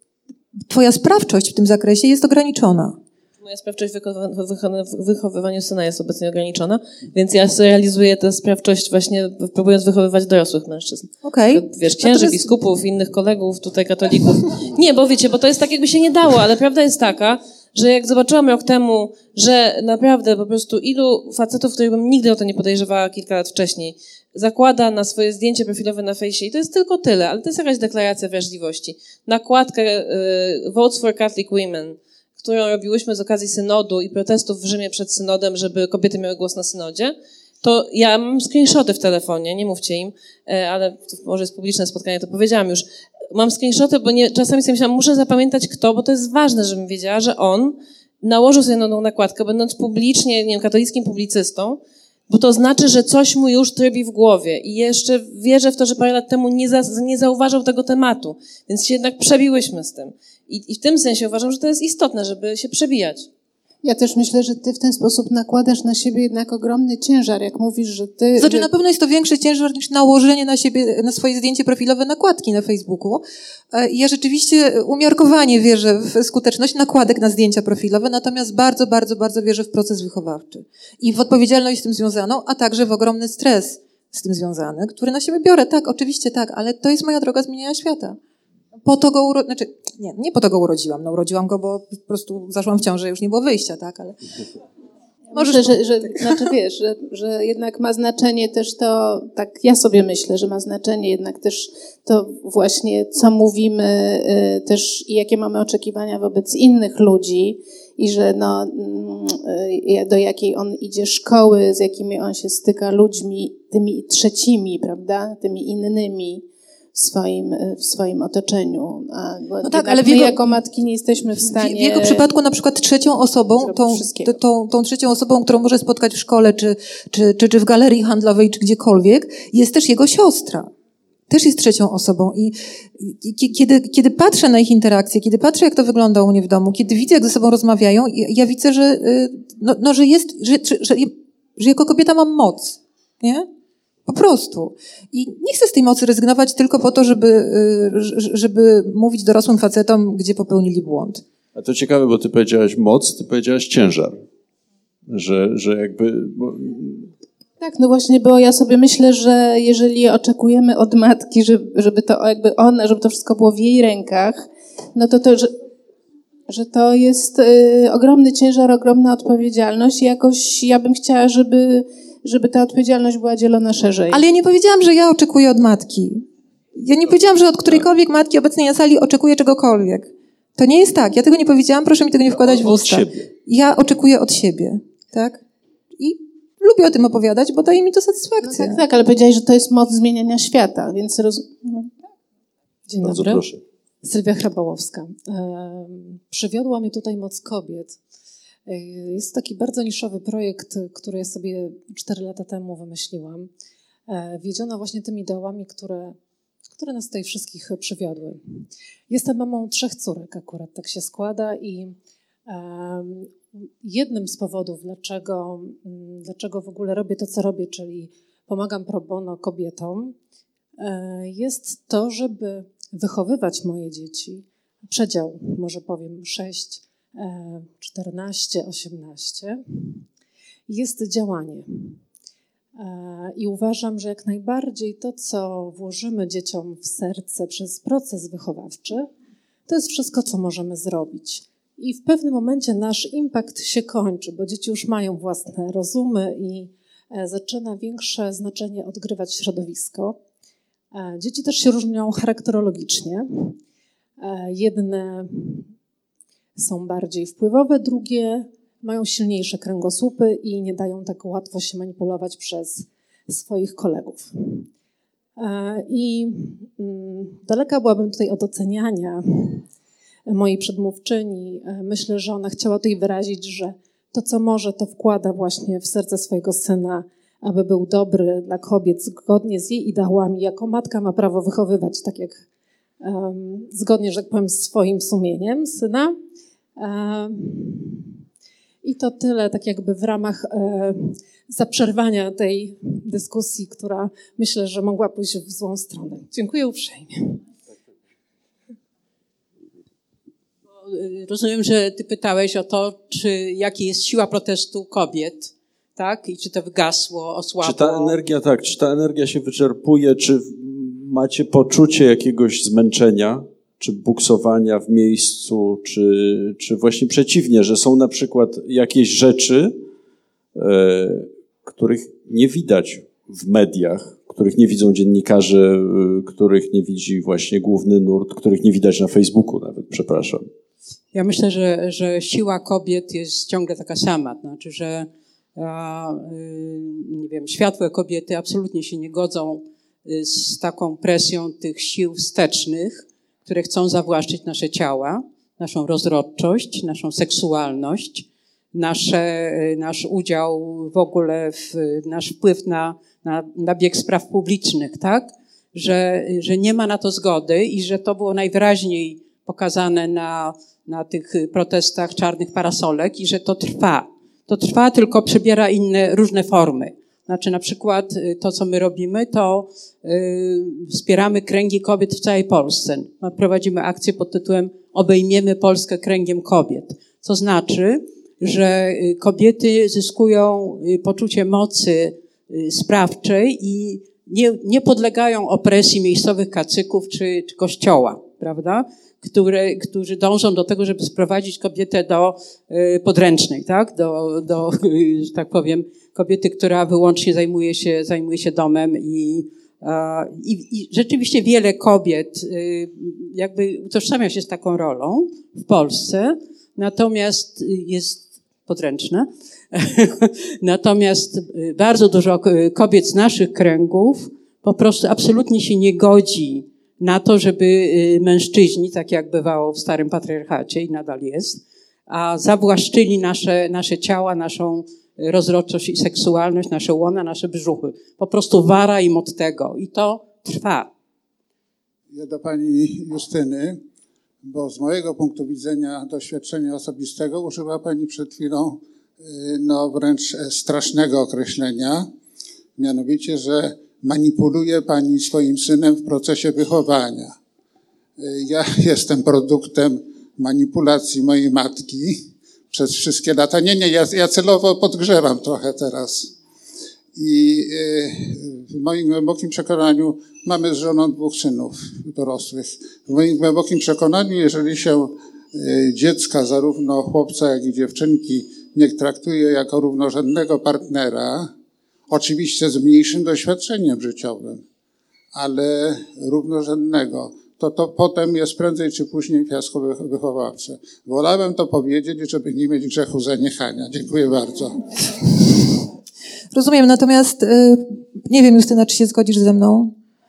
twoja sprawczość w tym zakresie jest ograniczona. Moja sprawczość w wychowywaniu syna jest obecnie ograniczona, więc ja realizuję tę sprawczość właśnie próbując wychowywać dorosłych mężczyzn. Okej. Okay. Wiesz, księży, Natomiast... biskupów, innych kolegów, tutaj katolików. Nie, bo wiecie, bo to jest tak, jakby się nie dało, ale prawda jest taka, że jak zobaczyłam rok temu, że naprawdę po prostu ilu facetów, których bym nigdy o to nie podejrzewała kilka lat wcześniej, zakłada na swoje zdjęcie profilowe na fejsie i to jest tylko tyle, ale to jest jakaś deklaracja wrażliwości. Nakładkę y, Votes for Catholic Women, którą robiłyśmy z okazji synodu i protestów w Rzymie przed synodem, żeby kobiety miały głos na synodzie, to ja mam screenshoty w telefonie, nie mówcie im, ale to może jest publiczne spotkanie, to powiedziałam już. Mam screenshoty, bo nie, czasami sobie myślałam, muszę zapamiętać kto, bo to jest ważne, żebym wiedziała, że on nałożył sobie na tą nakładkę, będąc publicznie, nie wiem, katolickim publicystą, bo to znaczy, że coś mu już trybi w głowie i jeszcze wierzę w to, że parę lat temu nie, za, nie zauważył tego tematu, więc się jednak przebiłyśmy z tym. I, I w tym sensie uważam, że to jest istotne, żeby się przebijać. Ja też myślę, że ty w ten sposób nakładasz na siebie jednak ogromny ciężar, jak mówisz, że ty... Znaczy że... na pewno jest to większy ciężar niż nałożenie na siebie, na swoje zdjęcie profilowe nakładki na Facebooku. Ja rzeczywiście umiarkowanie wierzę w skuteczność nakładek na zdjęcia profilowe, natomiast bardzo, bardzo, bardzo wierzę w proces wychowawczy. I w odpowiedzialność z tym związaną, a także w ogromny stres z tym związany, który na siebie biorę. Tak, oczywiście tak, ale to jest moja droga zmieniania świata. Po to go uro... znaczy, nie, nie po to go urodziłam. No urodziłam go, bo po prostu zaszłam w ciążę, już nie było wyjścia, tak, ale... Myślę, że, że, znaczy wiesz, że, że jednak ma znaczenie też to, tak ja sobie myślę, że ma znaczenie jednak też to właśnie, co mówimy y, też i jakie mamy oczekiwania wobec innych ludzi i że no, y, do jakiej on idzie szkoły, z jakimi on się styka ludźmi, tymi trzecimi, prawda, tymi innymi. W swoim, w swoim otoczeniu. A, no tak, ale my jego, jako matki nie jesteśmy w stanie... W jego przypadku na przykład trzecią osobą, tą, tą, tą trzecią osobą, którą może spotkać w szkole, czy, czy, czy, czy w galerii handlowej, czy gdziekolwiek, jest też jego siostra. Też jest trzecią osobą. I kiedy, kiedy patrzę na ich interakcje, kiedy patrzę, jak to wygląda u mnie w domu, kiedy widzę, jak ze sobą rozmawiają, ja widzę, że, no, no, że jest, że, że, że, że jako kobieta mam moc. Nie? Po prostu. I nie chcę z tej mocy rezygnować tylko po to, żeby, żeby mówić dorosłym facetom, gdzie popełnili błąd. A to ciekawe, bo ty powiedziałaś moc, ty powiedziałaś ciężar. Że, że jakby... Bo... Tak, no właśnie, bo ja sobie myślę, że jeżeli oczekujemy od matki, żeby, żeby to jakby ona, żeby to wszystko było w jej rękach, no to to, że... że to jest y, ogromny ciężar, ogromna odpowiedzialność i jakoś ja bym chciała, żeby, żeby ta odpowiedzialność była dzielona szerzej. Ale ja nie powiedziałam, że ja oczekuję od matki. Ja nie powiedziałam, że od którejkolwiek matki obecnej na sali oczekuję czegokolwiek. To nie jest tak. Ja tego nie powiedziałam, proszę mi tego nie wkładać w usta. Ja oczekuję od siebie, tak? I lubię o tym opowiadać, bo daje mi to satysfakcję. No tak, tak, ale powiedziałaś, że to jest moc zmieniania świata, więc roz... Dzień Bardzo dobry. proszę. Sylwia Hrabałowska. Przywiodła mnie tutaj Moc Kobiet. Jest taki bardzo niszowy projekt, który ja sobie cztery lata temu wymyśliłam. Wiedziona właśnie tymi ideałami, które, które nas tutaj wszystkich przywiodły. Jestem mamą trzech córek akurat, tak się składa i um, jednym z powodów, dlaczego, dlaczego w ogóle robię to, co robię, czyli pomagam pro bono kobietom, jest to, żeby wychowywać moje dzieci, przedział, może powiem, sześć, czternaście, osiemnaście, jest działanie. I uważam, że jak najbardziej to, co włożymy dzieciom w serce przez proces wychowawczy, to jest wszystko, co możemy zrobić. I w pewnym momencie nasz impact się kończy, bo dzieci już mają własne rozumy i zaczyna większe znaczenie odgrywać środowisko. Dzieci też się różnią charakterologicznie. Jedne są bardziej wpływowe, drugie mają silniejsze kręgosłupy i nie dają tak łatwo się manipulować przez swoich kolegów. I daleka byłabym tutaj od oceniania mojej przedmówczyni. Myślę, że ona chciała tutaj wyrazić, że to, co może, to wkłada właśnie w serce swojego syna, aby był dobry dla kobiet zgodnie z jej ideałami. Jako matka ma prawo wychowywać tak jak um, zgodnie, że tak powiem, z swoim sumieniem syna. Um, I to tyle, tak jakby w ramach e, zaprzerwania tej dyskusji, która myślę, że mogła pójść w złą stronę. Dziękuję uprzejmie. Rozumiem, że ty pytałeś o to, czy jaka jest siła protestu kobiet, tak? I czy to wygasło, osłabło? Czy ta energia, tak, czy ta energia się wyczerpuje, czy macie poczucie jakiegoś zmęczenia, czy buksowania w miejscu, czy, czy właśnie przeciwnie, że są na przykład jakieś rzeczy, e, których nie widać w mediach, których nie widzą dziennikarze, e, których nie widzi właśnie główny nurt, których nie widać na Facebooku nawet, przepraszam. Ja myślę, że, że siła kobiet jest ciągle taka sama. Znaczy, że a, nie wiem, światłe kobiety absolutnie się nie godzą z taką presją tych sił wstecznych, które chcą zawłaszczyć nasze ciała, naszą rozrodczość, naszą seksualność, nasze, nasz udział w ogóle, w, nasz wpływ na, na, na bieg spraw publicznych, tak? Że, że nie ma na to zgody i że to było najwyraźniej pokazane na, na tych protestach czarnych parasolek i że to trwa. To trwa, tylko przybiera inne, różne formy. Znaczy na przykład to, co my robimy, to yy, wspieramy kręgi kobiet w całej Polsce. Prowadzimy akcję pod tytułem Obejmiemy Polskę kręgiem kobiet. Co znaczy, że kobiety zyskują poczucie mocy sprawczej i nie, nie podlegają opresji miejscowych kacyków czy, czy kościoła, prawda? Które, którzy dążą do tego, żeby sprowadzić kobietę do y, podręcznej, tak? Do, do y, że tak powiem, kobiety, która wyłącznie zajmuje się, zajmuje się domem i, a, i, i rzeczywiście wiele kobiet y, jakby utożsamia się z taką rolą w Polsce, natomiast jest podręczne. Natomiast bardzo dużo kobiet z naszych kręgów po prostu absolutnie się nie godzi na to, żeby mężczyźni, tak jak bywało w starym patriarchacie i nadal jest, a zawłaszczyli nasze, nasze ciała, naszą rozrodczość i seksualność, nasze łona, nasze brzuchy. Po prostu wara im od tego i to trwa. Ja do pani Justyny, bo z mojego punktu widzenia, doświadczenia osobistego, użyła pani przed chwilą no wręcz strasznego określenia, mianowicie, że manipuluje pani swoim synem w procesie wychowania. Ja jestem produktem manipulacji mojej matki przez wszystkie lata. Nie, nie, ja, ja celowo podgrzewam trochę teraz. I w moim głębokim przekonaniu mamy z żoną dwóch synów dorosłych. W moim głębokim przekonaniu, jeżeli się dziecka, zarówno chłopca, jak i dziewczynki, nie traktuje jako równorzędnego partnera, oczywiście z mniejszym doświadczeniem życiowym, ale równorzędnego, to to potem jest prędzej czy później fiasko wychowawcze. Wolałem to powiedzieć, żeby nie mieć grzechu zaniechania. Dziękuję bardzo. Rozumiem, natomiast nie wiem, Justyna, czy się zgodzisz ze mną.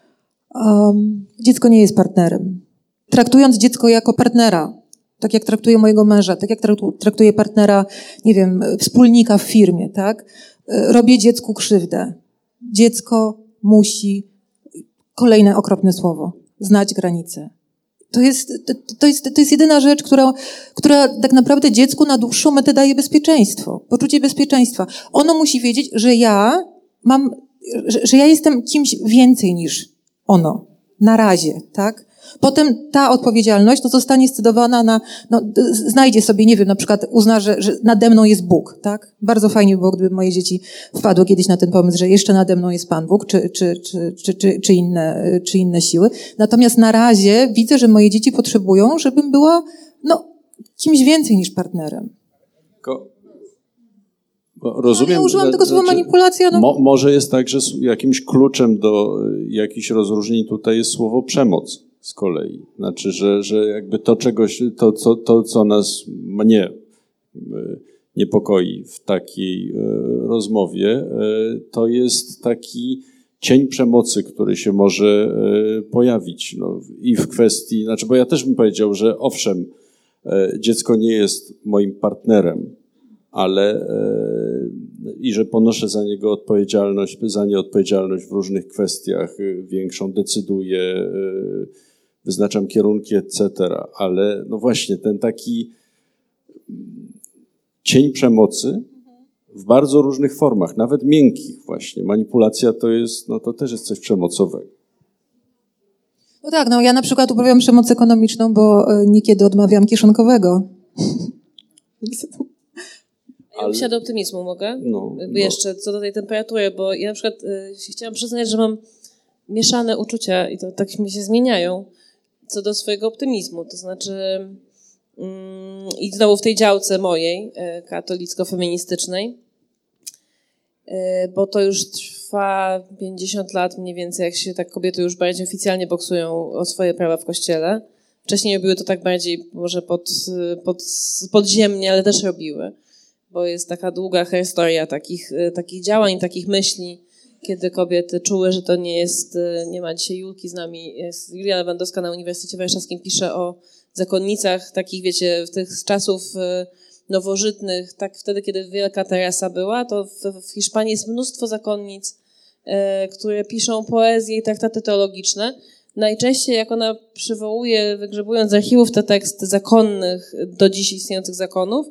Um, dziecko nie jest partnerem. Traktując dziecko jako partnera, tak jak traktuję mojego męża, tak jak traktuję partnera, nie wiem, wspólnika w firmie, tak? Robię dziecku krzywdę. Dziecko musi, kolejne okropne słowo, znać granice. To jest, to, to jest, to jest jedyna rzecz, która, która tak naprawdę dziecku na dłuższą metę daje bezpieczeństwo, poczucie bezpieczeństwa. Ono musi wiedzieć, że ja mam, że, że ja jestem kimś więcej niż ono. Na razie, tak? Potem ta odpowiedzialność to zostanie scedowana na, no, znajdzie sobie, nie wiem, na przykład uzna, że, że nade mną jest Bóg, tak? Bardzo fajnie by było, gdyby moje dzieci wpadły kiedyś na ten pomysł, że jeszcze nade mną jest Pan Bóg, czy, czy, czy, czy, czy, czy, inne, czy inne siły. Natomiast na razie widzę, że moje dzieci potrzebują, żebym była, no, kimś więcej niż partnerem. Ko- Rozumiem. Ja użyłam tego słowa znaczy, manipulacja. No. Mo, może jest tak, że jakimś kluczem do jakichś rozróżnień tutaj jest słowo przemoc z kolei. Znaczy, że, że jakby to czegoś, to co, to, co nas mnie niepokoi w takiej rozmowie, to jest taki cień przemocy, który się może pojawić. No, i w kwestii, znaczy, bo ja też bym powiedział, że owszem, dziecko nie jest moim partnerem, ale i że ponoszę za niego odpowiedzialność, za nie odpowiedzialność w różnych kwestiach, większą decyduję, wyznaczam kierunki, et cetera. Ale no właśnie ten taki cień przemocy w bardzo różnych formach, nawet miękkich właśnie. Manipulacja to jest, no to też jest coś przemocowego. No tak, no ja na przykład uprawiam przemoc ekonomiczną, bo niekiedy odmawiam kieszonkowego. Ja bym do optymizmu, mogę? No, no. Jeszcze co do tej temperatury, bo ja na przykład y, chciałam przyznać, że mam mieszane uczucia i to tak mi się zmieniają co do swojego optymizmu. To znaczy mm, i znowu w tej działce mojej, y, katolicko-feministycznej, y, bo to już trwa pięćdziesiąt lat mniej więcej, jak się tak kobiety już bardziej oficjalnie boksują o swoje prawa w kościele. Wcześniej robiły to tak bardziej może pod, pod, podziemnie, ale też robiły. Bo jest taka długa historia takich, takich działań, takich myśli, kiedy kobiety czuły, że to nie jest, nie ma dzisiaj Julki z nami, jest Julia Lewandowska na Uniwersytecie Warszawskim pisze o zakonnicach takich, wiecie, w tych z czasów nowożytnych, tak wtedy, kiedy Wielka Teresa była, to w, w Hiszpanii jest mnóstwo zakonnic, e, które piszą poezję i traktaty teologiczne. Najczęściej, jak ona przywołuje, wygrzebując z archiwów te teksty zakonnych, do dziś istniejących zakonów,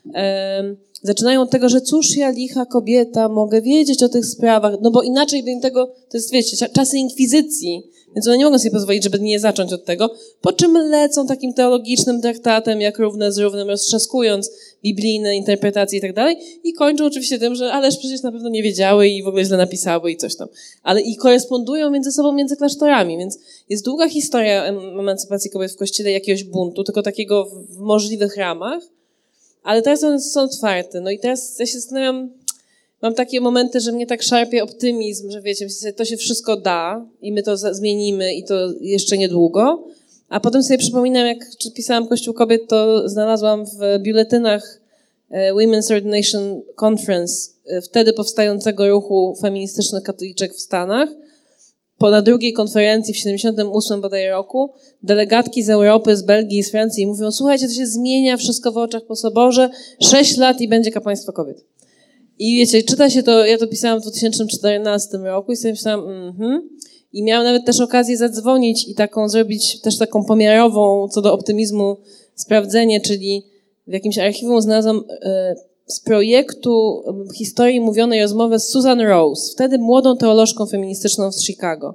e, zaczynają od tego, że cóż ja licha kobieta mogę wiedzieć o tych sprawach, no bo inaczej by im tego, to jest wiecie, czasy inkwizycji, więc one nie mogą sobie pozwolić, żeby nie zacząć od tego, po czym lecą takim teologicznym traktatem, jak równe z równym, roztrzaskując biblijne interpretacje i tak dalej i kończą oczywiście tym, że ależ przecież na pewno nie wiedziały i w ogóle źle napisały i coś tam. Ale i korespondują między sobą, między klasztorami, więc jest długa historia emancypacji kobiet w kościele, jakiegoś buntu, tylko takiego w możliwych ramach, ale teraz one są otwarte. No i teraz ja się zastanawiam, mam takie momenty, że mnie tak szarpie optymizm, że wiecie, to się wszystko da i my to zmienimy i to jeszcze niedługo. A potem sobie przypominam, jak pisałam Kościół Kobiet, to znalazłam w biuletynach Women's Ordination Conference, wtedy powstającego ruchu feministycznych katoliczek w Stanach. Po na drugiej konferencji w siedemdziesiątym ósmym bodaj roku delegatki z Europy, z Belgii i z Francji mówią, słuchajcie, to się zmienia wszystko w oczach po soborze, sześć lat i będzie kapłaństwo kobiet. I wiecie, czyta się to, ja to pisałam w dwa tysiące czternastym roku i sobie myślałam, mhm. I miałam nawet też okazję zadzwonić i taką zrobić też taką pomiarową co do optymizmu sprawdzenie, czyli w jakimś archiwum znalazłam e, z projektu historii mówionej rozmowę z Susan Rose, wtedy młodą teolożką feministyczną z Chicago.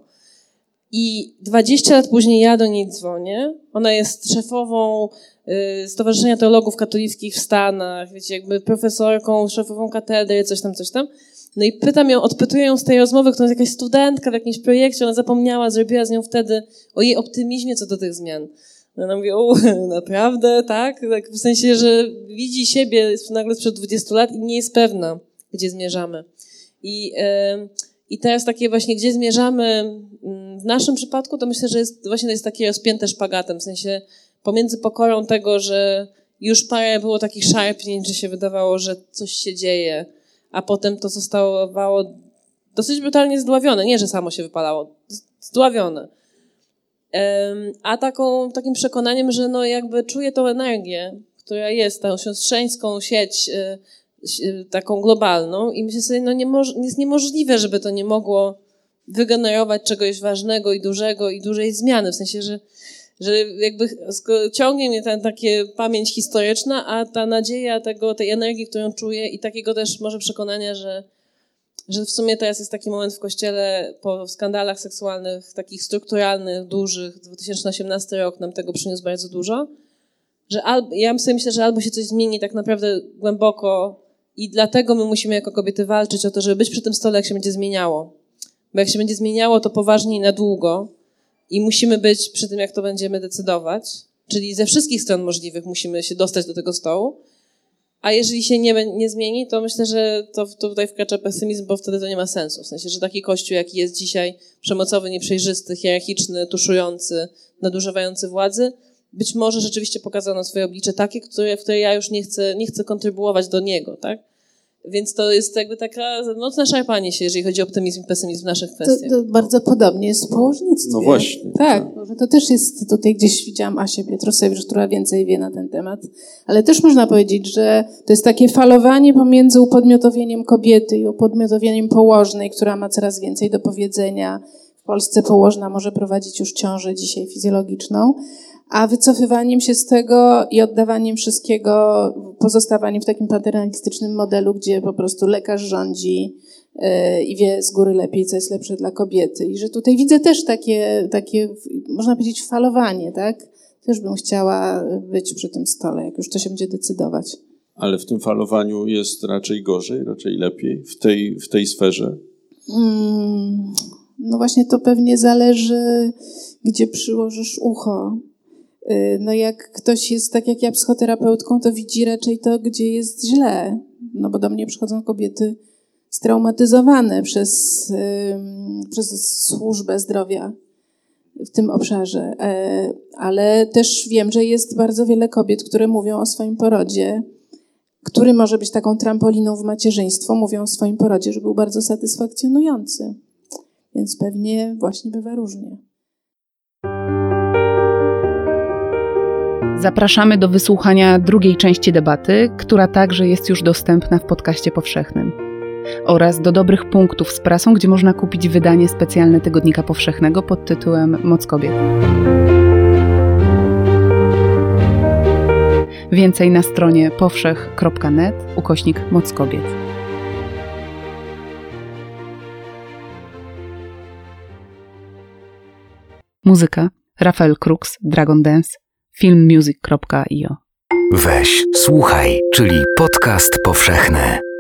I dwadzieścia lat później ja do niej dzwonię. Ona jest szefową y, Stowarzyszenia Teologów Katolickich w Stanach, wiecie, jakby profesorką, szefową katedry, coś tam, coś tam. No i pytam ją, odpytuję ją z tej rozmowy, która jest jakaś studentka w jakimś projekcie, ona zapomniała, zrobiła z nią wtedy o jej optymizmie co do tych zmian. Ona mówi, o, naprawdę, tak? tak? W sensie, że widzi siebie nagle sprzed dwudziestu lat i nie jest pewna, gdzie zmierzamy. I, yy, i teraz takie właśnie, gdzie zmierzamy w naszym przypadku, to myślę, że jest, właśnie to jest takie rozpięte szpagatem, w sensie pomiędzy pokorą tego, że już parę było takich szarpnięć, że się wydawało, że coś się dzieje, a potem to zostało dosyć brutalnie zdławione. Nie, że samo się wypalało, zdławione. A taką, takim przekonaniem, że no jakby czuję tą energię, która jest, tą siostrzeńską sieć taką globalną i myślę sobie, no niemoż- jest niemożliwe, żeby to nie mogło wygenerować czegoś ważnego i dużego i dużej zmiany, w sensie, że, że jakby ciągnie mnie ta takie pamięć historyczna, a ta nadzieja tego, tej energii, którą czuję i takiego też może przekonania, że że w sumie teraz jest taki moment w Kościele po skandalach seksualnych, takich strukturalnych, dużych, dwa tysiące osiemnasty rok nam tego przyniósł bardzo dużo, że albo, ja sobie myślę, że albo się coś zmieni tak naprawdę głęboko i dlatego my musimy jako kobiety walczyć o to, żeby być przy tym stole, jak się będzie zmieniało. Bo jak się będzie zmieniało, to poważnie i na długo i musimy być przy tym, jak to będziemy decydować, czyli ze wszystkich stron możliwych musimy się dostać do tego stołu. A jeżeli się nie, nie zmieni, to myślę, że to, to tutaj wkracza pesymizm, bo wtedy to nie ma sensu. W sensie, że taki kościół, jaki jest dzisiaj, przemocowy, nieprzejrzysty, hierarchiczny, tuszujący, nadużywający władzy, być może rzeczywiście pokazał nam swoje oblicze takie, które, w które ja już nie chcę, nie chcę kontrybuować do niego, tak? Więc to jest jakby taka mocne szarpanie się, jeżeli chodzi o optymizm i pesymizm w naszych kwestiach. To, to bardzo podobnie jest w położnictwie. No właśnie. Tak, może to też jest, tutaj gdzieś widziałam Asię Pietrusewicz, która więcej wie na ten temat, ale też można powiedzieć, że to jest takie falowanie pomiędzy upodmiotowieniem kobiety i upodmiotowieniem położnej, która ma coraz więcej do powiedzenia. W Polsce położna może prowadzić już ciążę dzisiaj fizjologiczną, a wycofywaniem się z tego i oddawaniem wszystkiego, pozostawaniem w takim paternalistycznym modelu, gdzie po prostu lekarz rządzi yy, i wie z góry lepiej, co jest lepsze dla kobiety. I że tutaj widzę też takie, takie można powiedzieć, falowanie, tak? Też bym chciała być przy tym stole, jak już to się będzie decydować. Ale w tym falowaniu jest raczej gorzej, raczej lepiej w tej, w tej sferze? Mm, no właśnie to pewnie zależy, gdzie przyłożysz ucho. No jak ktoś jest, tak jak ja, psychoterapeutką, to widzi raczej to, gdzie jest źle. No bo do mnie przychodzą kobiety straumatyzowane przez, yy, przez służbę zdrowia w tym obszarze. Yy, ale też wiem, że jest bardzo wiele kobiet, które mówią o swoim porodzie, który może być taką trampoliną w macierzyństwo, mówią o swoim porodzie, że był bardzo satysfakcjonujący. Więc pewnie właśnie bywa różnie. Zapraszamy do wysłuchania drugiej części debaty, która także jest już dostępna w podcaście powszechnym. Oraz do dobrych punktów z prasą, gdzie można kupić wydanie specjalne Tygodnika Powszechnego pod tytułem Moc kobiet. Więcej na stronie powszech kropka net ukośnik Moc kobiet. Muzyka Rafael Krux, Dragon Dance, filmmusic kropka i o. Weź, słuchaj, czyli podcast powszechny.